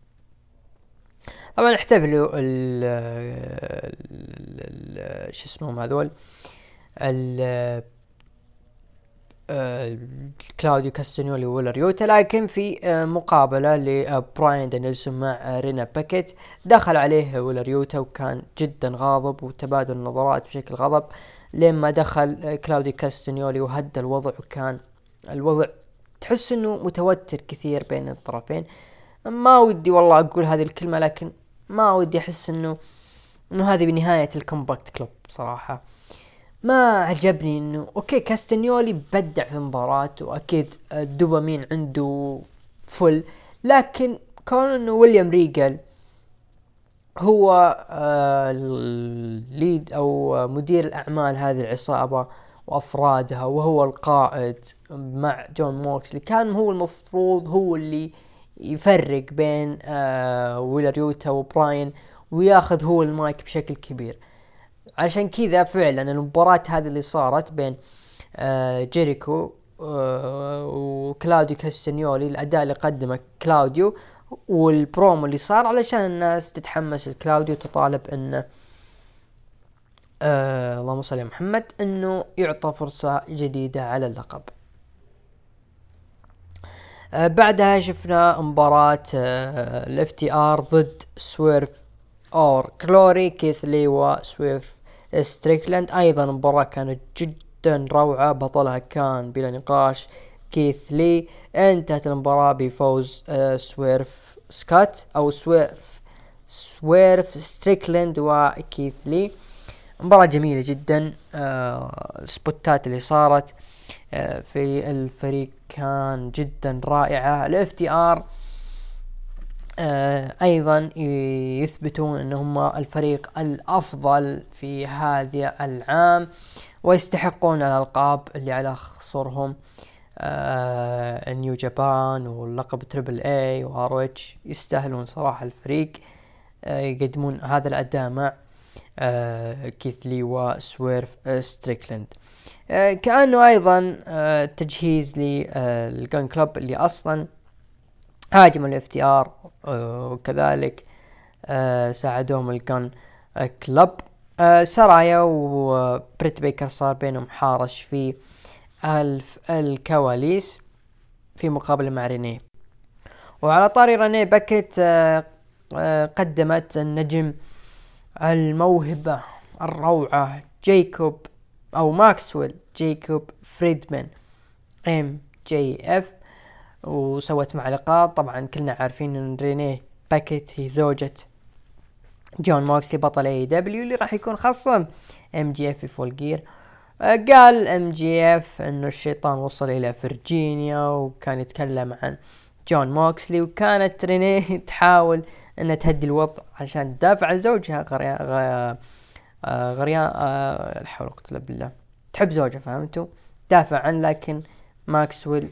طبعا احتفلوا شو اسمهم هذول كلاوديو كاستانيولي ولا ريوتا، لكن في مقابلة لبراين دانيلسون مع رينا باكيت دخل عليه ولا ريوتا وكان جدا غاضب وتبادل النظرات بشكل غضب، لما دخل كلاوديو كاستانيولي وهدى الوضع، وكان الوضع تحس انه متوتر كثير بين الطرفين. ما ودي والله اقول هذه الكلمة، لكن ما ودي احس انه هذه بنهاية الكومباكت كلوب. صراحة ما عجبني انه اوكي كاستانيولي بدع في المباراة، واكيد الدوبامين عنده فل، لكن كون انه ويليام ريجل هو الليد او مدير الاعمال هذه العصابة وافرادها، وهو القائد مع جون موكسلي، كان هو المفروض هو اللي يفرق بين ويلا ريوتا وبراين، وياخذ هو المايك بشكل كبير. عشان كذا فعلا المباراة هذه اللي صارت بين جيريكو وكلاوديو كاستانيولي، الأداء اللي قدمه كلاوديو والبرومو اللي صار علشان الناس تتحمس لكلاوديو وتطالب انه اللهم صل على محمد انه يعطى فرصة جديدة على اللقب. بعدها شفنا مباراة الاف تي ار ضد سويرف اور كلوري، كيث لي وسويرف ستريكلاند. ايضا مباراة كانت جدا روعة، بطلها كان بلا نقاش كيث لي. انتهت المباراة بفوز سويرف سكات او سويرف ستريكلاند وكيث لي. مباراة جميلة جدا. السبوتات اللي صارت في الفريق كان جدا رائعة. الاف تي ار ايضا يثبتون انهم الفريق الافضل في هذا العام، ويستحقون الالقاب اللي على خصرهم نيو جابان واللقب تريبل اي وار اتش. يستاهلون صراحة الفريق يقدمون هذا الاداء مع كيثلي وسويرف ستريكلاند. كأنه ايضا تجهيز للجان كلوب اللي اصلا هاجموا الاف تي ار، وكذلك ساعدوهم الجان كلوب. سرايا وبريت بيكر صار بينهم حارش في الكواليس في مقابلة مع رينيه. وعلى طاري رينيه باكيت قدمت النجم الموهبة الروعة جايكوب او ماكسويل جايكوب فريدمان MJF، وسوت مع لقاء. طبعا كلنا عارفين ان رينيه باكيت هي زوجة جون موكسلي بطل AEW اللي راح يكون خصم MJF في فول جير. قال MJF انه الشيطان وصل الى فرجينيا، وكان يتكلم عن جون موكسلي، وكانت رينيه تحاول انها تهدي الوضع عشان تدافع عن زوجها غريان الحول قتل بالله، تحب زوجها فهمتوا، دافع عن، لكن ماكسويل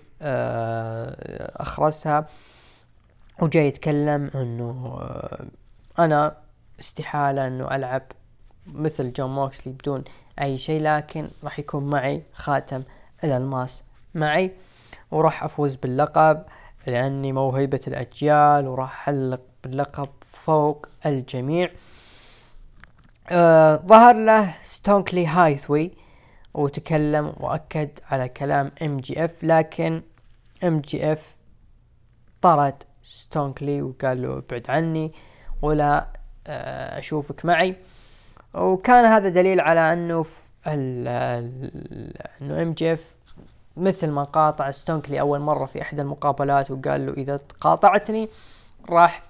اخرسها وجاي يتكلم انه انا استحالة انه العب مثل جون موكسلي بدون اي شيء، لكن راح يكون معي خاتم الالماس معي، وراح افوز باللقب لاني موهبة الاجيال، وراح احلق باللقب فوق الجميع. ظهر له ستونكلي هايثوي وتكلم واكد على كلام MJF، لكن MJF طرد ستونكلي وقال له ابعد عني ولا اشوفك معي. وكان هذا دليل على انه انه MJF مثل ما قاطع ستونكلي اول مرة في احدى المقابلات، وقال له اذا قاطعتني راح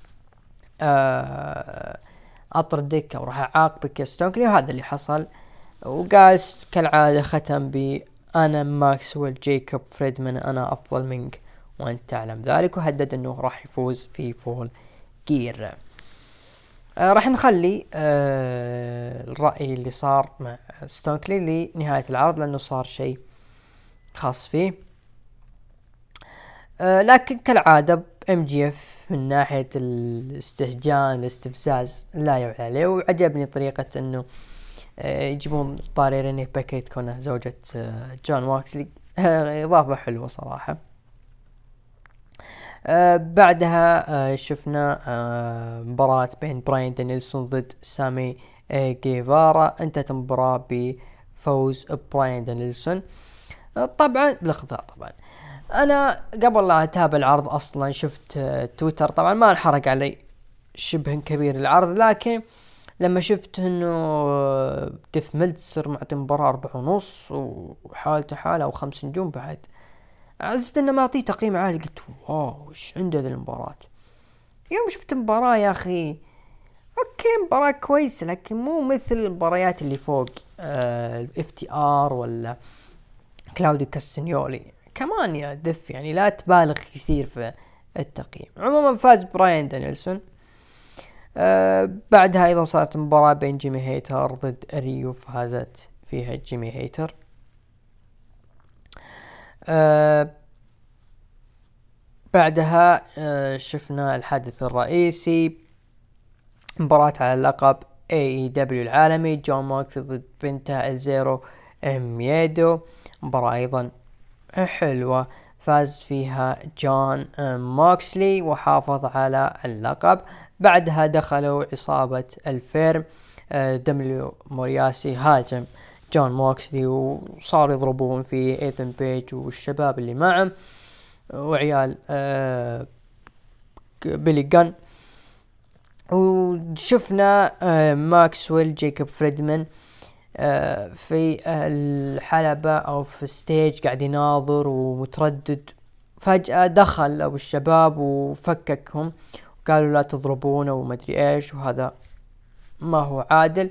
اطردك او راح اعاقبك يا ستونكلي، وهذا اللي حصل. وقال كالعادة ختم ب انا ماكسويل جايكوب فريدمان، انا افضل منك وانت تعلم ذلك، وهدد انه راح يفوز في فول جير. راح نخلي الرأي اللي صار مع ستونكلي لنهاية العرض لانه صار شيء خاص فيه. لكن كالعادة MJF من ناحية الاستهجان الاستفزاز لا يعلى عليه، وعجبني طريقة انه يجيبون طاري رينيه باكيت كونه زوجة جون موكسلي، اضافة حلوة صراحة. بعدها شفنا مباراة بين براين دانيلسون ضد سامي جيفارا. انتهت المباراة بفوز براين دانيلسون. طبعا بالاخضاع. طبعا انا قبل لا اتابع العرض اصلا شفت تويتر، طبعا ما انحرق علي شبه كبير العرض، لكن لما شفت انه ديف ميلتسر معطي مباراة 4.5 وحالته حالة او 5 نجوم بعد، عزبت انه ما اعطيه تقييم عالي، قلت واو وش عنده ذي المباراة. يوم شفت مباراة يا اخي اوكي مباراة كويسة، لكن مو مثل المباريات اللي فوق الاف تي ار ولا كلاوديو كاستنيولي. كمان يا دف يعني لا تبالغ كثير في التقييم. عموما فاز براين دانيلسون. بعدها ايضا صارت مباراة بين جيمي هيتر ضد ريو، فازت فيها جيمي هيتر. بعدها شفنا الحدث الرئيسي، مباراة على اللقب AEW العالمي، جون موكس ضد بنتا الزيرو ميادو. مباراة ايضا حلوة، فاز فيها جون موكسلي وحافظ على اللقب. بعدها دخلوا عصابة الفيرم، دمليو مورياسي هاجم جون موكسلي وصاروا يضربون في ايثن بيج والشباب اللي معه وعيال بيلي جان. وشفنا ماكسويل جيكوب فريدمان في الحلبة او في الستيج قاعد يناظر ومتردد، فجأة دخل ابو الشباب وفككهم وقالوا لا تضربونه وما ادري ايش، وهذا ما هو عادل.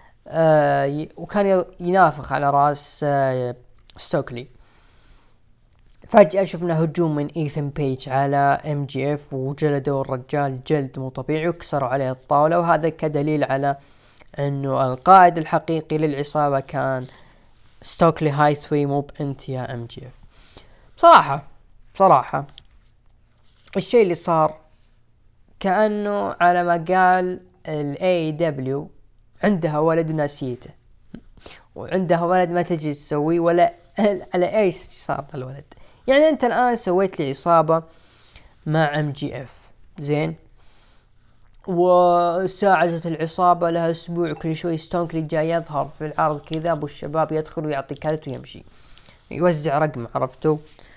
وكان ينافخ على راس ستوكلي. فجأة شفنا هجوم من ايثن بيج على ام جي اف وجلدوا الرجال جلد مو طبيعي وكسروا عليه الطاولة، وهذا كدليل على انه القائد الحقيقي للعصابة كان ستوكلي هايثوي مو بانت يا ام جي اف. بصراحة الشيء اللي صار كأنه على ما قال الاي دبليو عندها ولد وناسيته، وعندها ولد ما تجي تسوي ولا على ايش صار الولد. يعني انت الان سويت لي عصابة مع ام جي اف زين، وساعدت العصابة لها اسبوع، كل شوي ستونكلي جاي يظهر في العرض كذا، ابو الشباب يدخل ويعطي كارت ويمشي يوزع رقم، عرفتوا.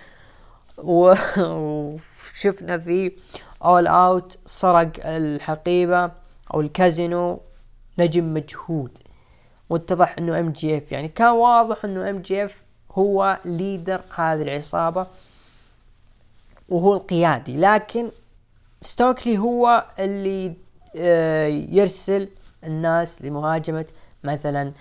وشفنا في اول اوت سرق الحقيبة او الكازينو نجم مجهود، واتضح انه ام جي اف، يعني كان واضح انه ام جي اف هو ليدر هذه العصابة وهو القيادي، لكن ستوكلي هو اللي يرسل الناس لمهاجمة مثلا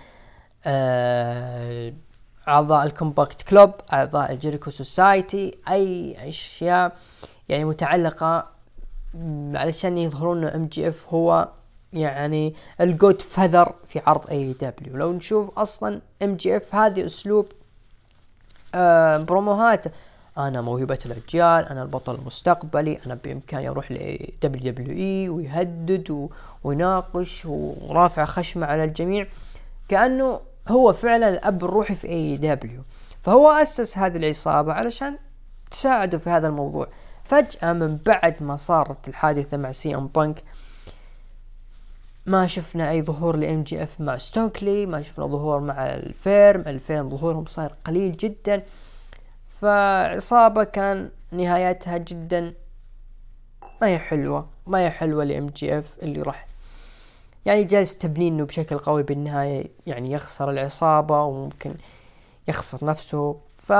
أعضاء الكومباكت كلوب، أعضاء الجيريكو سوسايتي، أي أشياء يعني متعلقة علشان يظهرون ام جي اف هو يعني الجود فذر في عرض اي دبليو. لو نشوف اصلا ام جي اف هذه اسلوب بروموهات، انا موهبة الاجيال، انا البطل المستقبلي، انا بامكاني اروح ل دبليو دبليو اي، ويهدد ويناقش ورافع خشمه على الجميع، كأنه هو فعلا الاب الروحي في اي دبليو. فهو اسس هذه العصابة علشان تساعده في هذا الموضوع. فجأة من بعد ما صارت الحادثة مع سي ام بانك ما شفنا اي ظهور لام جي اف مع ستوكلي، ما شفنا ظهور مع الفيرم ظهورهم صار قليل جدا. فعصابة كان نهايتها جدا ما هي حلوة لام جي اف، اللي راح يعني جالس تبنينه بشكل قوي، بالنهاية يعني يخسر العصابة وممكن يخسر نفسه.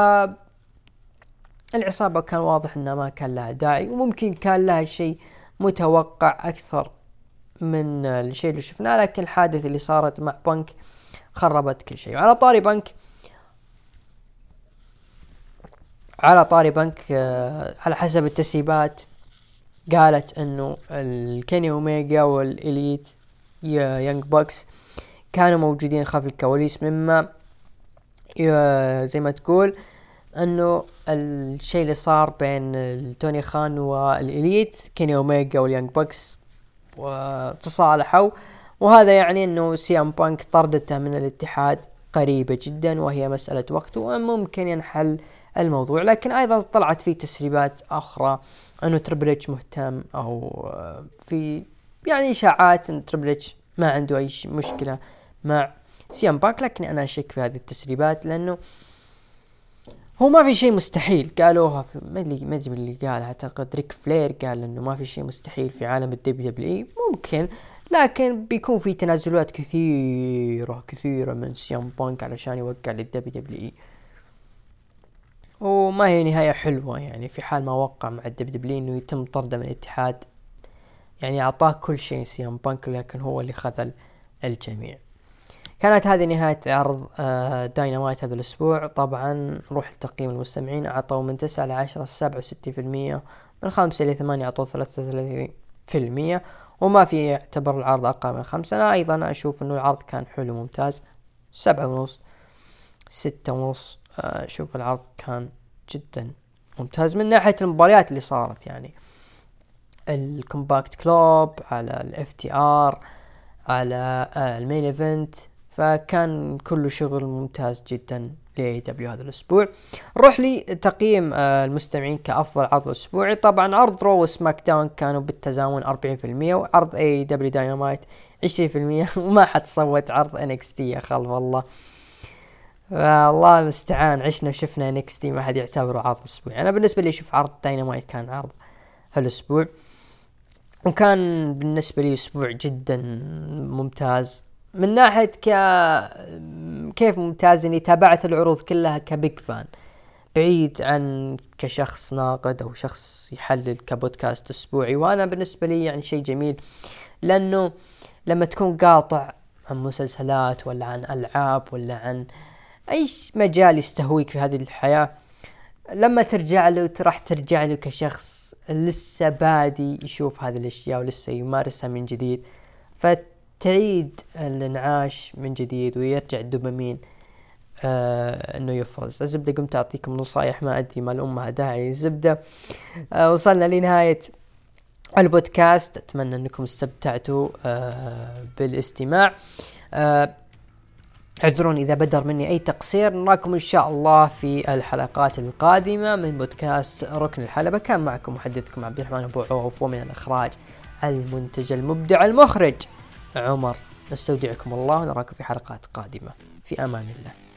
العصابة كان واضح انها ما كان لها داعي، وممكن كان لها شيء متوقع اكثر من الشيء اللي شفناه، لكن الحادث اللي صارت مع بانك خربت كل شيء. على طاري بانك على حسب التسريبات قالت انه الكيني اوميجا والإليت يانج باكس كانوا موجودين خلف الكواليس، مما زي ما تقول انه الشيء اللي صار بين توني خان والإليت كيني اوميجا واليانج باكس وتصالحوا، وهذا يعني انه سي ام بانك طردته من الاتحاد قريبة جدا، وهي مسألة وقت وممكن ينحل الموضوع. لكن ايضا طلعت فيه تسريبات اخرى انه تريبل اتش مهتم، او في يعني اشاعات ان تريبل اتش ما عنده اي مشكلة مع سي ام بانك، لكن انا اشك في هذه التسريبات، لانه هو ما في شيء مستحيل، قالوها ما ادري اللي قال، اعتقد ريك فلير قال انه ما في شيء مستحيل في عالم الدبليو دبليو اي. ممكن، لكن بيكون في تنازلات كثيرة من سيام بانك علشان يوقع للدبليو دبليو اي، وما هي نهاية حلوة يعني في حال ما وقع مع الدبليو دبليو انه يتم طرده من الاتحاد. يعني اعطاه كل شيء سيام بانك، لكن هو اللي خذل الجميع. كانت هذه نهاية عرض داينامايت هذا الأسبوع. طبعا نروح لتقييم المستمعين. أعطوا من 9 ل 10 67%، من 5 ل 8 أعطوا 33%، وما في يعتبر العرض أقل من 5. أنا أيضا أشوف أنه العرض كان حلو ممتاز، 7.5 6.5. أشوف العرض كان جدا ممتاز من ناحية المباريات اللي صارت، يعني الكومباكت كلوب على الاف تي ار على المين ايفنت، فكان كله شغل ممتاز جدا ل دبليو هذا الاسبوع. نروح لي تقييم المستمعين كافضل عرض اسبوعي. طبعا عرض رو وسماك داون كانوا بالتزامن 40%، وعرض اي دبليو داينامايت 20%. وما حد صوت عرض NXT يا خلف الله، الله المستعان. عشنا وشفنا NXT ما حد يعتبره عرض اسبوعي. انا بالنسبه لي اشوف عرض داينامايت كان عرض هالاسبوع، وكان بالنسبة لي أسبوع جدا ممتاز من ناحية كيف ممتاز إني تابعت العروض كلها كبيك فان، بعيد عن كشخص ناقد أو شخص يحلل كبودكاست أسبوعي. وأنا بالنسبة لي يعني شيء جميل، لأنه لما تكون قاطع عن مسلسلات ولا عن ألعاب ولا عن أي مجال يستهويك في هذه الحياة، لما ترجع له راح ترجع له كشخص لسه بادي يشوف هذه الاشياء ولسه يمارسها من جديد، فتعيد الانعاش من جديد ويرجع الدوبامين انه يفرز. الزبدة قمت اعطيكم نصايح ما ادري ما الامها داعي. الزبدة وصلنا لنهاية البودكاست، اتمنى انكم استمتعتوا بالاستماع. اعذروني إذا بدر مني أي تقصير. نراكم إن شاء الله في الحلقات القادمة من بودكاست ركن الحلبة. كان معكم محدثكم عبد الرحمن أبو عوف، ومن الإخراج المنتج المبدع المخرج عمر. نستودعكم الله ونراكم في حلقات قادمة، في أمان الله.